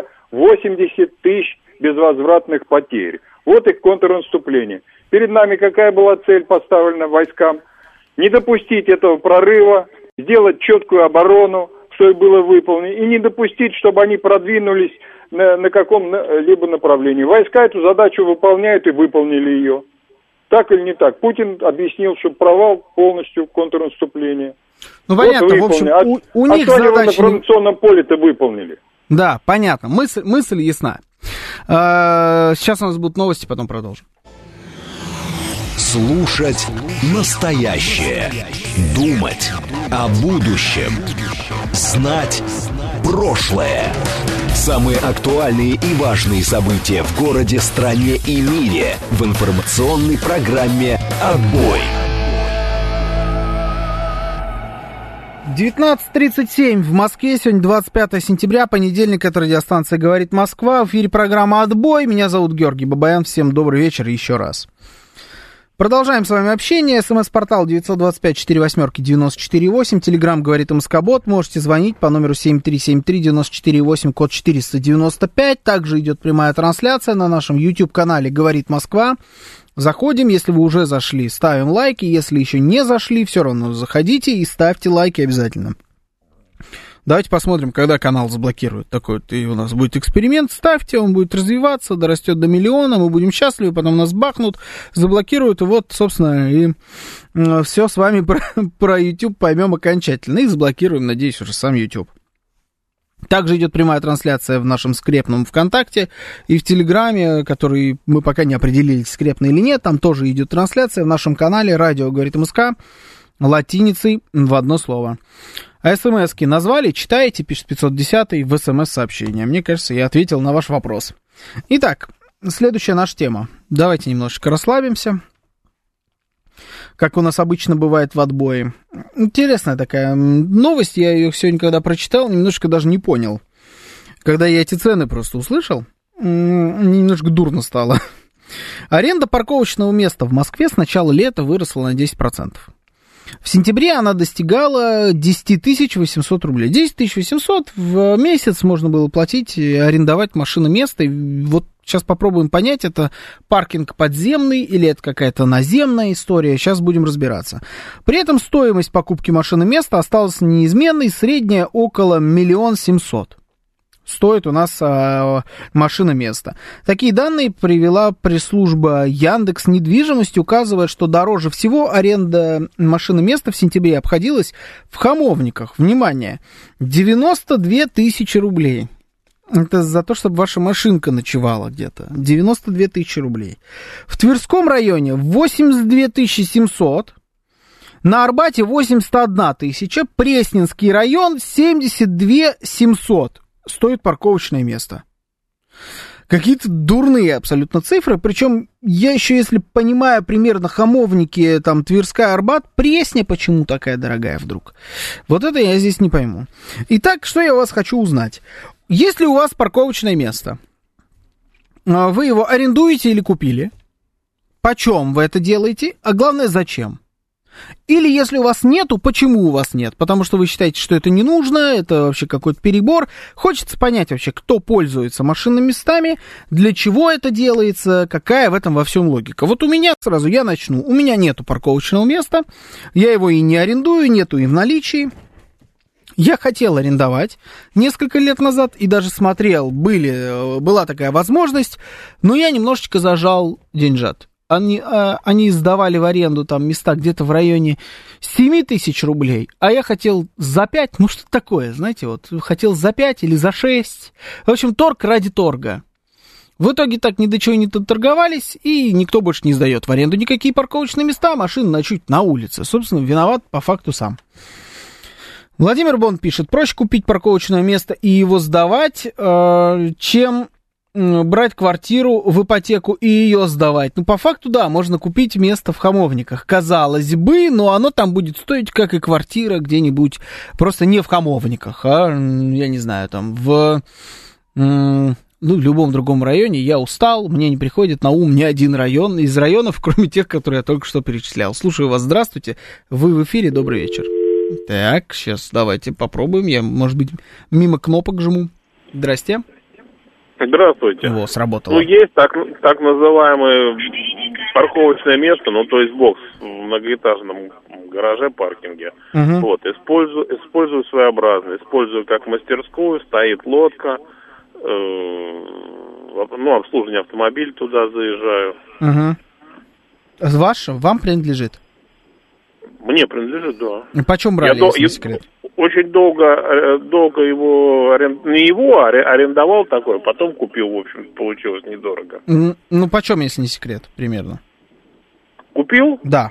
80 тысяч безвозвратных потерь. Вот их контрнаступление. Перед нами какая была цель поставлена войскам? Не допустить этого прорыва, сделать четкую оборону, что и было выполнено, и не допустить, чтобы они продвинулись на каком-либо направлении. Войска эту задачу выполняют и выполнили ее. Так или не так? Путин объяснил, что провал полностью контрнаступления. Ну, понятно, вот в общем, у них задача... на информационном поле-то выполнили. Да, понятно, мысль ясна. Сейчас у нас будут новости, потом продолжим. Слушать настоящее. Думать о будущем. Знать прошлое. Самые актуальные и важные события в городе, стране и мире в информационной программе «Отбой». 19:37 в Москве. Сегодня 25 сентября, понедельник. Это радиостанция «Говорит Москва». В эфире программа «Отбой». Меня зовут Георгий Бабаян. Всем добрый вечер еще раз. Продолжаем с вами общение. СМС-портал 925-48-94-8. Телеграм «Говорит МСК-бот». Можете звонить по номеру 7373-94-8, код 495. Также идет прямая трансляция на нашем YouTube-канале «Говорит Москва». Заходим, если вы уже зашли, ставим лайки. Если еще не зашли, все равно заходите и ставьте лайки обязательно. Давайте посмотрим, когда канал заблокируют. Такой вот и у нас будет эксперимент. Ставьте, он будет развиваться, дорастет до миллиона, мы будем счастливы, потом нас бахнут, заблокируют, и вот, собственно, и все с вами про YouTube поймем окончательно. И заблокируем, надеюсь, уже сам YouTube. Также идет прямая трансляция в нашем скрепном ВКонтакте и в Телеграме, который мы пока не определились, скрепный или нет. Там тоже идет трансляция в нашем канале «Радио говорит МСК» латиницей в одно слово. А смс-ки назвали, читаете, пишет 510-й в смс-сообщение. Мне кажется, я ответил на ваш вопрос. Итак, следующая наша тема. Давайте немножечко расслабимся. Как у нас обычно бывает в отбое. Интересная такая новость. Я ее сегодня, когда прочитал, немножко даже не понял. Когда я эти цены просто услышал, немножко дурно стало. Аренда парковочного места в Москве с начала лета выросла на 10%. В сентябре она достигала 10 800 рублей. 10 800 в месяц можно было платить, арендовать машиноместо. И вот сейчас попробуем понять, это паркинг подземный или это какая-то наземная история. Сейчас будем разбираться. При этом стоимость покупки машиноместа осталась неизменной. Средняя около 1 700 000. Стоит у нас машиноместо. Такие данные привела пресс-служба Яндекс Недвижимость, указывает, что дороже всего аренда машиноместа в сентябре обходилась в Хамовниках. Внимание, 92 000 рублей. Это за то, чтобы ваша машинка ночевала где-то. 92 тысячи рублей. В Тверском районе 82 700. На Арбате 81 тысяча. Пресненский район 72 700. Стоит парковочное место. Какие-то дурные абсолютно цифры. Причем я еще, если понимаю, примерно Хамовники, там, Тверская, Арбат, Пресня почему такая дорогая вдруг? Вот это я здесь не пойму. Итак, что я у вас хочу узнать? Если у вас парковочное место, вы его арендуете или купили? Почем вы это делаете? А главное, зачем? Или если у вас нету, почему у вас нет? Потому что вы считаете, что это не нужно, это вообще какой-то перебор. Хочется понять вообще, кто пользуется машинными местами, для чего это делается, какая в этом во всем логика. Вот у меня сразу, я начну. У меня нету парковочного места, я его и не арендую, нету и в наличии. Я хотел арендовать несколько лет назад и даже смотрел, была такая возможность, но я немножечко зажал деньжат. Они сдавали в аренду там места где-то в районе 7 тысяч рублей, а я хотел за 5, ну что такое, знаете, вот хотел за 5 или за 6. В общем, торг ради торга. В итоге так ни до чего не торговались, и никто больше не сдает в аренду никакие парковочные места, машины ночуют на улице. Собственно, виноват по факту сам. Владимир Бонд пишет, проще купить парковочное место и его сдавать, чем брать квартиру в ипотеку и ее сдавать. Ну, по факту, да, можно купить место в Хамовниках, казалось бы, но оно там будет стоить, как и квартира где-нибудь, просто не в Хамовниках, а, я не знаю, там, в любом другом районе. Я устал, мне не приходит на ум ни один район из районов, кроме тех, которые я только что перечислял. Слушаю вас, здравствуйте, вы в эфире, добрый вечер. Так, сейчас давайте попробуем. Я, может быть, мимо кнопок жму. Здрасте. Здравствуйте. Во, сработало. Ну, есть так называемое парковочное место, ну, то есть бокс в многоэтажном гараже, паркинге. Угу. Вот, использую своеобразно. Использую как мастерскую, стоит лодка, обслуживание автомобиля туда заезжаю. Угу. Вам принадлежит? Мне принадлежит, да. И почем брали, если не секрет? Очень долго его, арендовал такой, потом купил, в общем, получилось недорого. Ну, почем, если не секрет, примерно? Купил? Да.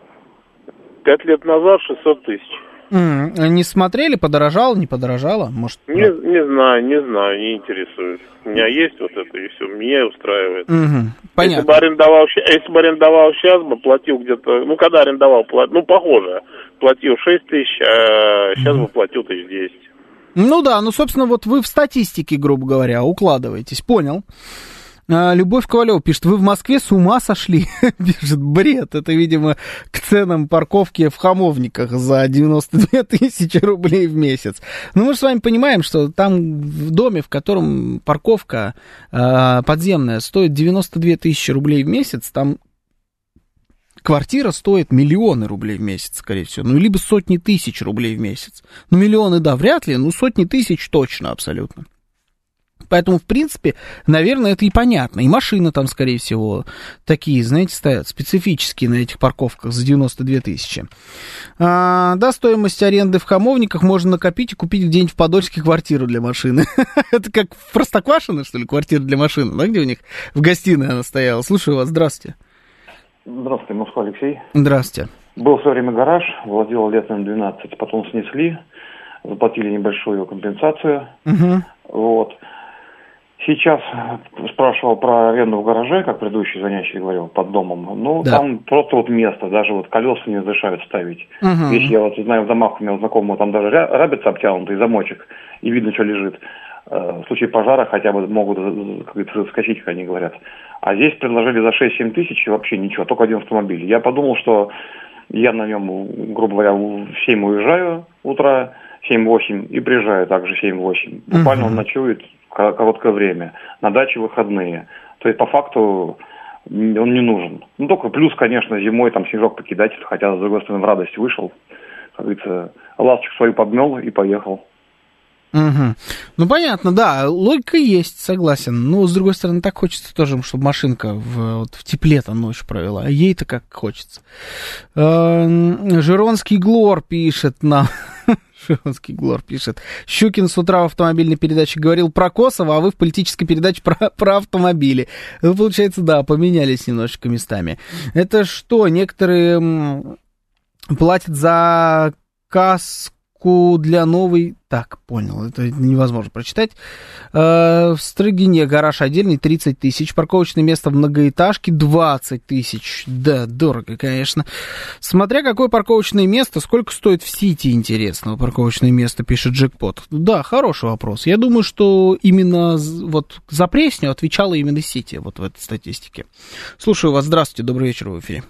5 лет назад 600 тысяч. Не смотрели, подорожало, не подорожало? Может, не знаю, не интересует. У меня есть вот это, и все, меня устраивает. Понятно. Если бы арендовал сейчас бы, платил где-то, когда арендовал, похоже, платил 6 тысяч, а сейчас бы платил 10. Ну да, собственно, вот вы в статистике, грубо говоря, укладываетесь, понял. Любовь Ковалева пишет, вы в Москве с ума сошли? Пишет, бред, это, видимо, к ценам парковки в Хамовниках за 92 тысячи рублей в месяц. Но мы же с вами понимаем, что там в доме, в котором парковка подземная стоит 92 тысячи рублей в месяц, там квартира стоит миллионы рублей в месяц, скорее всего, либо сотни тысяч рублей в месяц. Миллионы, да, вряд ли, сотни тысяч точно, абсолютно. Поэтому, в принципе, наверное, это и понятно. И машины там, скорее всего, такие, знаете, стоят специфические на этих парковках за 92 тысячи. Да, стоимость аренды в Хамовниках можно накопить и купить где-нибудь в Подольске квартиру для машины. Это как в Простоквашино, что ли, квартира для машины, да, где у них в гостиной она стояла. Слушаю вас, здравствуйте. Здравствуйте, Москва, Алексей. Здравствуйте. Был в свое время гараж, владел лет, наверное, 12, потом снесли, заплатили небольшую компенсацию. Вот. Сейчас спрашивал про аренду в гараже, как предыдущий звонящий говорил, под домом. Да. Там просто место, даже колеса не разрешают ставить. Если я знаю, в домах у меня знакомого, там даже рабица обтянутый, замочек, и видно, что лежит. В случае пожара хотя бы могут, как говорится, заскочить, как они говорят. А здесь предложили за 6-7 тысяч и вообще ничего, только один автомобиль. Я подумал, что я на нем, грубо говоря, в 7 уезжаю утра, 7-8, и приезжаю также 7-8. Буквально он ночует короткое время, на даче выходные. То есть, по факту, он не нужен. Только плюс, конечно, зимой там снежок покидать, хотя, с другой стороны, в радость вышел. Как говорится, ласточку свою подмел и поехал. Угу. Ну, понятно, да, логика есть, согласен. Но, с другой стороны, так хочется тоже, чтобы машинка в тепле-то ночь провела. А ей-то как хочется. Жиронский Глор пишет нам... Жиронский Глор пишет. Щукин с утра в автомобильной передаче говорил про Косово, а вы в политической передаче про автомобили. Ну, получается, да, поменялись немножечко местами. Это что, некоторые платят за каску для новой... Так, понял, это невозможно прочитать. В Стрыгине гараж отдельный 30 тысяч, парковочное место в многоэтажке 20 тысяч. Да, дорого, конечно. Смотря какое парковочное место, сколько стоит в Сити, интересного парковочное место, пишет Джекпот. Да, хороший вопрос. Я думаю, что именно вот за Пресню отвечала именно Сити вот в этой статистике. Слушаю вас, здравствуйте, добрый вечер, в эфире.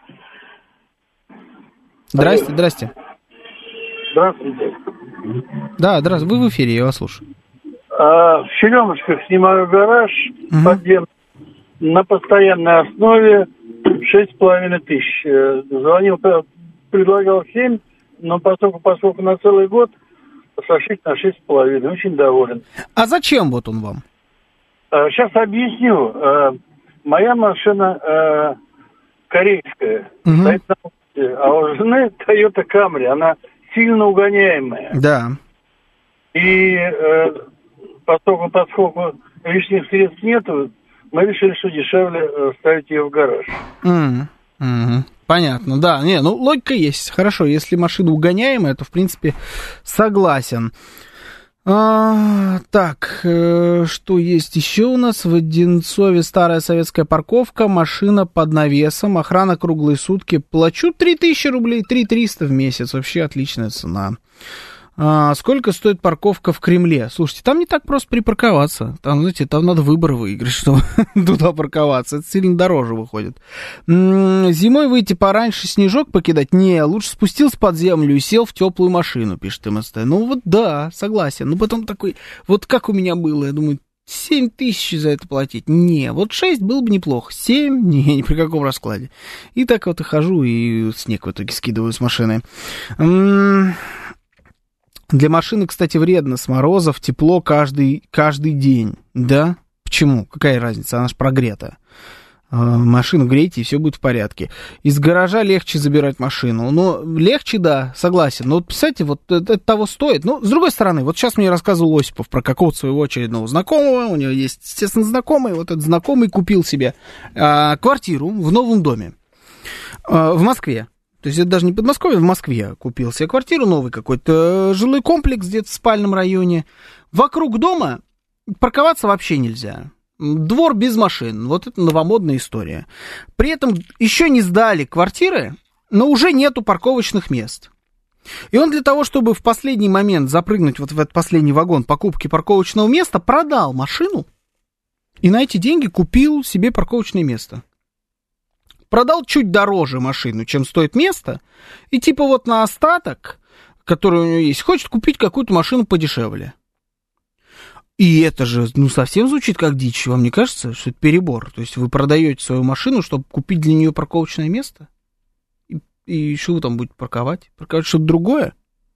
Здрасте, здрасте. Здравствуйте. Да, здравствуйте, вы в эфире, я вас слушаю. В Черемушках снимаю гараж подземный на постоянной основе 6,5 тысяч. Звонил, предлагал 7, но поскольку на целый год, сошлись на 6,5. Очень доволен. А зачем вот он вам? Сейчас объясню. Моя машина корейская, стоит на улице, а у жены Toyota Camry, она сильно угоняемая. Да. И поскольку лишних средств нету, мы решили, что дешевле ставить ее в гараж. Понятно, да. Не, ну, логика есть. Хорошо, если машина угоняемая, то, в принципе, согласен. Так, что есть еще у нас? В Одинцове старая советская парковка, машина под навесом, охрана круглые сутки. Плачу 3000 рублей, 3300 в месяц. Вообще отличная цена. Сколько стоит парковка в Кремле? Слушайте, там не так просто припарковаться. Там, знаете, там надо выборы выиграть, чтобы туда парковаться. Это сильно дороже выходит. Зимой выйти пораньше, снежок покидать? Не, лучше спустился под землю и сел в теплую машину, пишет МСТ. Ну вот да, согласен. Ну потом такой, вот как у меня было, я думаю, 7 тысяч за это платить? Не, вот 6 было бы неплохо. 7? Не, ни при каком раскладе. И так вот и хожу, и снег в итоге скидываю с машины. Для машины, кстати, вредно с морозов, тепло каждый день, да? Почему? Какая разница? Она же прогрета. Машину грейте, и все будет в порядке. Из гаража легче забирать машину. Но легче, да, согласен. Но вот, представьте, вот это того стоит. Но, с другой стороны, вот сейчас мне рассказывал Осипов про какого-то своего очередного знакомого. У него есть, естественно, знакомый. Вот этот знакомый купил себе квартиру в новом доме в Москве. То есть это даже не Подмосковье, в Москве купил себе квартиру, новый какой-то жилой комплекс где-то в спальном районе. Вокруг дома парковаться вообще нельзя. Двор без машин. Вот это новомодная история. При этом еще не сдали квартиры, но уже нету парковочных мест. И он для того, чтобы в последний момент запрыгнуть вот в этот последний вагон покупки парковочного места, продал машину и на эти деньги купил себе парковочное место. Продал чуть дороже машину, чем стоит место, и типа вот на остаток, который у него есть, хочет купить какую-то машину подешевле. И это же, ну, совсем звучит как дичь, вам не кажется, что это перебор? То есть вы продаете свою машину, чтобы купить для нее парковочное место? И что вы там будете парковать? Парковать что-то другое?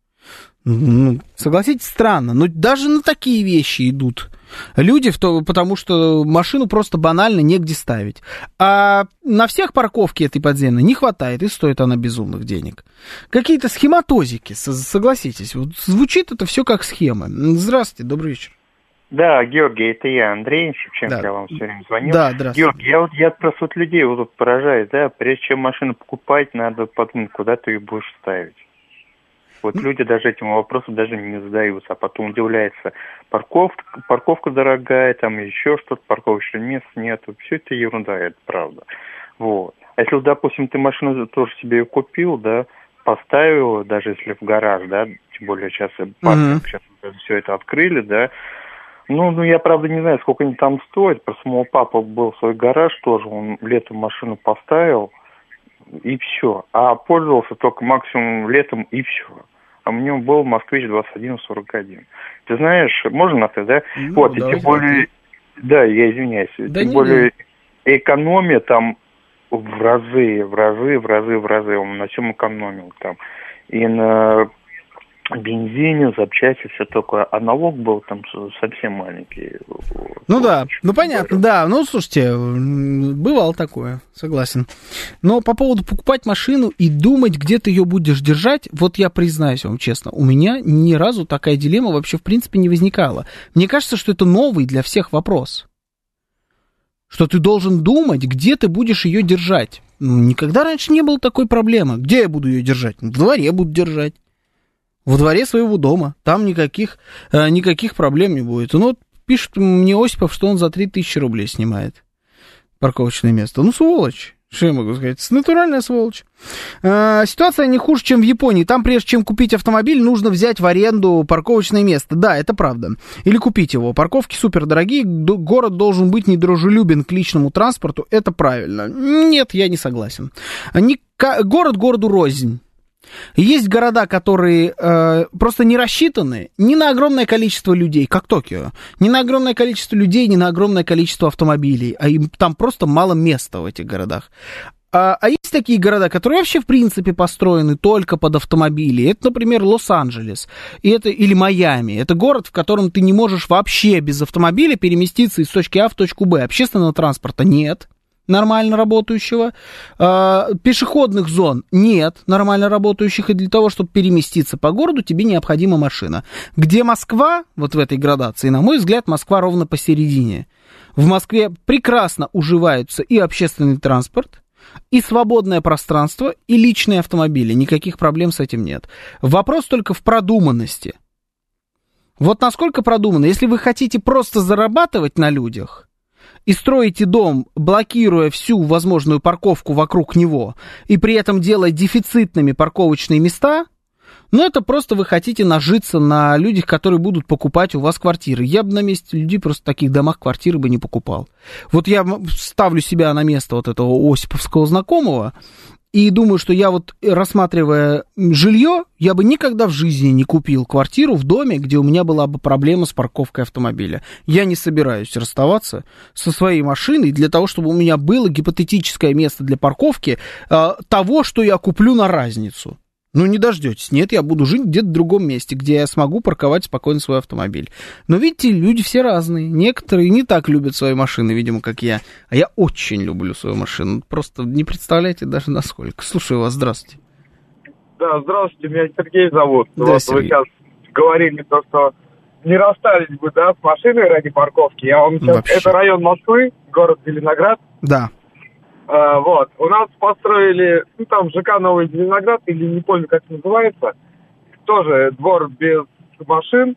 Ну, согласитесь, странно. Но даже на такие вещи идут люди, потому что машину просто банально негде ставить. А на всех парковки этой подземной не хватает, и стоит она безумных денег. Какие-то схематозики, согласитесь. Вот звучит это все как схемы. Здравствуйте, добрый вечер. Да, Георгий, это я, Андрей Шевченко, я вам все время звонил. Да, здравствуйте. Георгий, я просто вот людей вот тут поражаюсь, да, прежде чем машину покупать, надо подумать, куда ты ее будешь ставить. Вот люди даже этим вопросом даже не задаются, а потом удивляются, парковка дорогая, там еще что-то, парковочного места нету, все это ерунда, это правда. Вот. А если, допустим, ты машину тоже себе купил, да, поставил, даже если в гараж, да, тем более сейчас сейчас все это открыли, да, ну, я, правда, не знаю, сколько они там стоят, просто у моего папы был свой гараж тоже, он летом машину поставил, и все. А пользовался только максимум летом, и все. А у него был «Москвич-2141». Ты знаешь, можно на «ты», да? Ну, вот, и тем более... Да, я извиняюсь. Да тем более экономия там в разы. Он на чем экономил там. И на бензине, запчасти, все такое. А налог был там совсем маленький. Ну да, ну понятно, да. Ну, слушайте, бывало такое, согласен. Но по поводу покупать машину и думать, где ты ее будешь держать, вот я признаюсь вам честно, у меня ни разу такая дилемма вообще в принципе не возникала. Мне кажется, что это новый для всех вопрос. Что ты должен думать, где ты будешь ее держать. Никогда раньше не было такой проблемы. Где я буду ее держать? В дворе буду держать. Во дворе своего дома. Там никаких проблем не будет. Ну, вот пишет мне Осипов, что он за 3000 рублей снимает парковочное место. Ну, сволочь. Что я могу сказать? Натуральная сволочь. Ситуация не хуже, чем в Японии. Там, прежде чем купить автомобиль, нужно взять в аренду парковочное место. Да, это правда. Или купить его. Парковки супердорогие. Город должен быть недружелюбен к личному транспорту. Это правильно. Нет, я не согласен. Город городу рознь. Есть города, которые просто не рассчитаны ни на огромное количество людей, как Токио, ни на огромное количество людей, ни на огромное количество автомобилей, а им там просто мало места в этих городах. А есть такие города, которые вообще в принципе построены только под автомобили. Это, например, Лос-Анджелес или Майами. Это город, в котором ты не можешь вообще без автомобиля переместиться из точки А в точку Б. Общественного транспорта нет нормально работающего, пешеходных зон нет нормально работающих, и для того, чтобы переместиться по городу, тебе необходима машина. Где Москва, вот в этой градации, на мой взгляд, Москва ровно посередине. В Москве прекрасно уживаются и общественный транспорт, и свободное пространство, и личные автомобили. Никаких проблем с этим нет. Вопрос только в продуманности. Вот насколько продуманно. Если вы хотите просто зарабатывать на людях и строите дом, блокируя всю возможную парковку вокруг него, и при этом делая дефицитными парковочные места, ну, это просто вы хотите нажиться на людях, которые будут покупать у вас квартиры. Я бы на месте людей просто в таких домах квартиры бы не покупал. Вот я ставлю себя на место вот этого осиповского знакомого, и думаю, что я вот, рассматривая жилье, я бы никогда в жизни не купил квартиру в доме, где у меня была бы проблема с парковкой автомобиля. Я не собираюсь расставаться со своей машиной для того, чтобы у меня было гипотетическое место для парковки того, что я куплю на разницу. Ну, не дождетесь. Нет, я буду жить где-то в другом месте, где я смогу парковать спокойно свой автомобиль. Но, видите, люди все разные. Некоторые не так любят свои машины, видимо, как я. А я очень люблю свою машину. Просто не представляете даже насколько. Слушаю вас, здравствуйте. Да, здравствуйте, меня Сергей зовут. Да, вот Сергей. Вы сейчас говорили то, что не расстались бы, да, с машиной ради парковки. Я вам сейчас... Вообще. Это район Москвы, город Зеленоград. Да. Вот, у нас построили, ну, там, ЖК Новый Зеленоград, или не помню, как это называется, тоже двор без машин,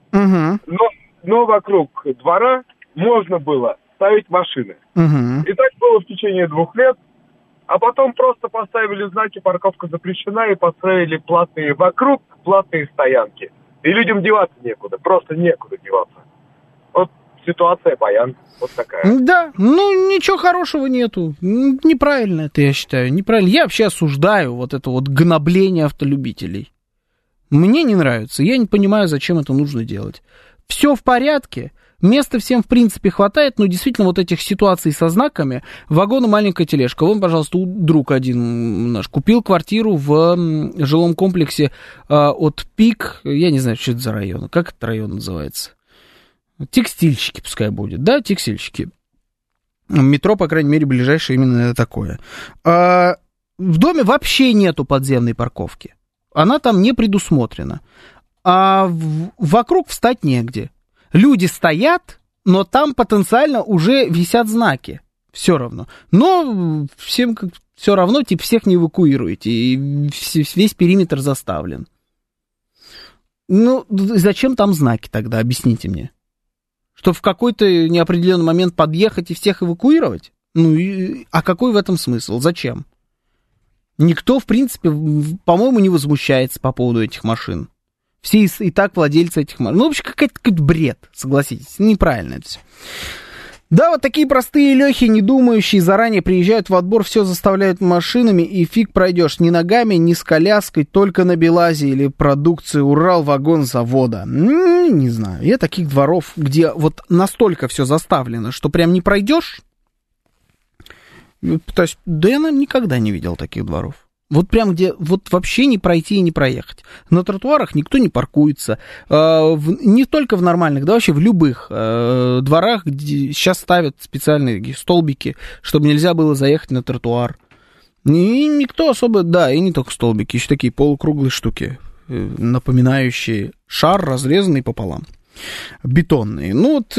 но вокруг двора можно было ставить машины. И так было в течение 2 лет, а потом просто поставили знаки «Парковка запрещена» и построили вокруг платные стоянки. И людям деваться некуда, просто некуда деваться. Вот ситуация баян. Вот такая. Да, ну ничего хорошего нету. Неправильно это, я считаю. Неправильно. Я вообще осуждаю вот это вот гнобление автолюбителей. Мне не нравится. Я не понимаю, зачем это нужно делать. Все в порядке. Места всем, в принципе, хватает, но действительно вот этих ситуаций со знаками, вагон и маленькая тележка. Вон, пожалуйста, друг один наш купил квартиру в жилом комплексе от ПИК. Я не знаю, что это за район. Как этот район называется? Текстильщики пускай будет, да, текстильщики. Метро, по крайней мере, ближайшее именно такое. В доме вообще нету подземной парковки. Она там не предусмотрена. А вокруг встать негде. Люди стоят, но там потенциально уже висят знаки. Все равно. Но всем все равно, типа, всех не эвакуируете. И весь периметр заставлен. Ну, зачем там знаки тогда? Объясните мне. Чтобы в какой-то неопределенный момент подъехать и всех эвакуировать? Ну, а какой в этом смысл? Зачем? Никто, в принципе, по-моему, не возмущается по поводу этих машин. Все и так владельцы этих машин. Ну, вообще, какой-то бред, согласитесь. Неправильно это все. Да, вот такие простые лехи, не думающие, заранее приезжают в отбор, все заставляют машинами, и фиг пройдешь ни ногами, ни с коляской, только на БелАЗе или продукции Уралвагонзавода. Не знаю, я таких дворов, где вот настолько все заставлено, что прям не пройдешь. То есть, да я никогда не видел таких дворов. Вот прям где вот вообще не пройти и не проехать. На тротуарах никто не паркуется. Не только в нормальных, да вообще в любых дворах, где сейчас ставят специальные столбики, чтобы нельзя было заехать на тротуар. И никто особо, да, и не только столбики, еще такие полукруглые штуки, напоминающие шар, разрезанный пополам. Бетонные. Ну вот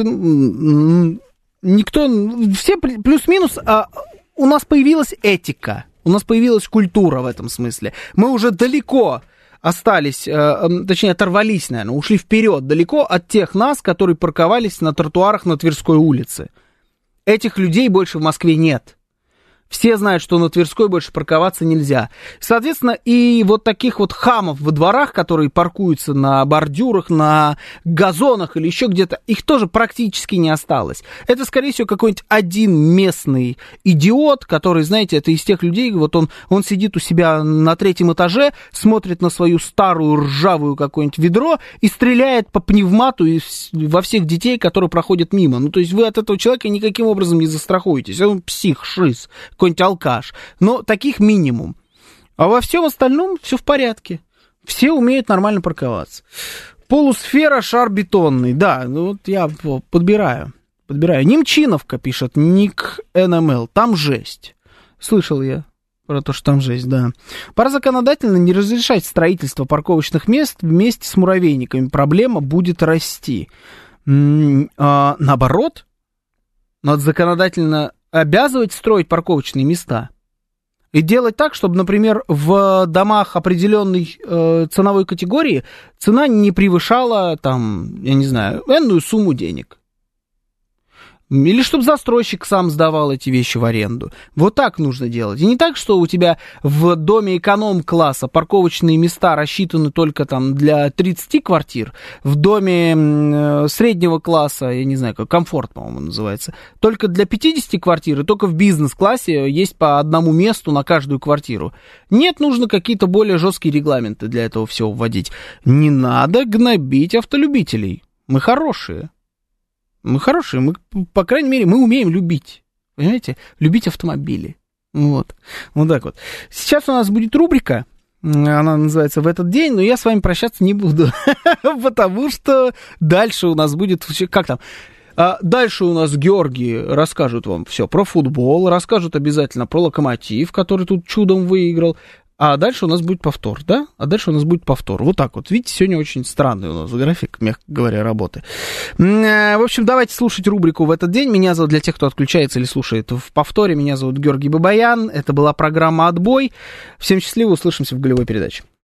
никто, все плюс-минус, у нас появилась этика. У нас появилась культура в этом смысле. Мы уже далеко остались, точнее, оторвались, наверное, ушли вперед далеко от тех нас, которые парковались на тротуарах на Тверской улице. Этих людей больше в Москве нет. Все знают, что на Тверской больше парковаться нельзя. Соответственно, и вот таких вот хамов во дворах, которые паркуются на бордюрах, на газонах или еще где-то, их тоже практически не осталось. Это, скорее всего, какой-нибудь один местный идиот, который, знаете, это из тех людей, вот он сидит у себя на 3-м этаже, смотрит на свою старую ржавую какое-нибудь ведро и стреляет по пневмату во всех детей, которые проходят мимо. Ну, то есть вы от этого человека никаким образом не застрахуетесь. Он псих, шиз, какой-нибудь алкаш. Но таких минимум. А во всем остальном все в порядке. Все умеют нормально парковаться. Полусфера, шар бетонный. Да, ну вот я подбираю. Немчиновка, пишет Ник НМЛ. Там жесть. Слышал я про то, что там жесть, да. Пора законодательно не разрешать строительство парковочных мест вместе с муравейниками. Проблема будет расти. Наоборот, надо законодательно обязывать строить парковочные места и делать так, чтобы, например, в домах определенной ценовой категории цена не превышала, там, я не знаю, энную сумму денег. Или чтобы застройщик сам сдавал эти вещи в аренду. Вот так нужно делать. И не так, что у тебя в доме эконом-класса парковочные места рассчитаны только там для 30 квартир, в доме среднего класса, я не знаю, как комфорт, по-моему, называется, только для 50 квартир, и только в бизнес-классе есть по одному месту на каждую квартиру. Нет, нужно какие-то более жесткие регламенты для этого всего вводить. Не надо гнобить автолюбителей. Мы хорошие. Мы, по крайней мере, мы умеем любить, понимаете, любить автомобили, вот так вот. Сейчас у нас будет рубрика, она называется «В этот день», но я с вами прощаться не буду, потому что дальше у нас будет, как там, дальше у нас Георгий расскажут вам все про футбол, расскажут обязательно про «Локомотив», который тут чудом выиграл. А дальше у нас будет повтор, да? Вот так вот. Видите, сегодня очень странный у нас график, мягко говоря, работы. В общем, давайте слушать рубрику «В этот день». Меня зовут, для тех, кто отключается или слушает в повторе, меня зовут Георгий Бабаян. Это была программа «Отбой». Всем счастливо, услышимся в голевой передаче.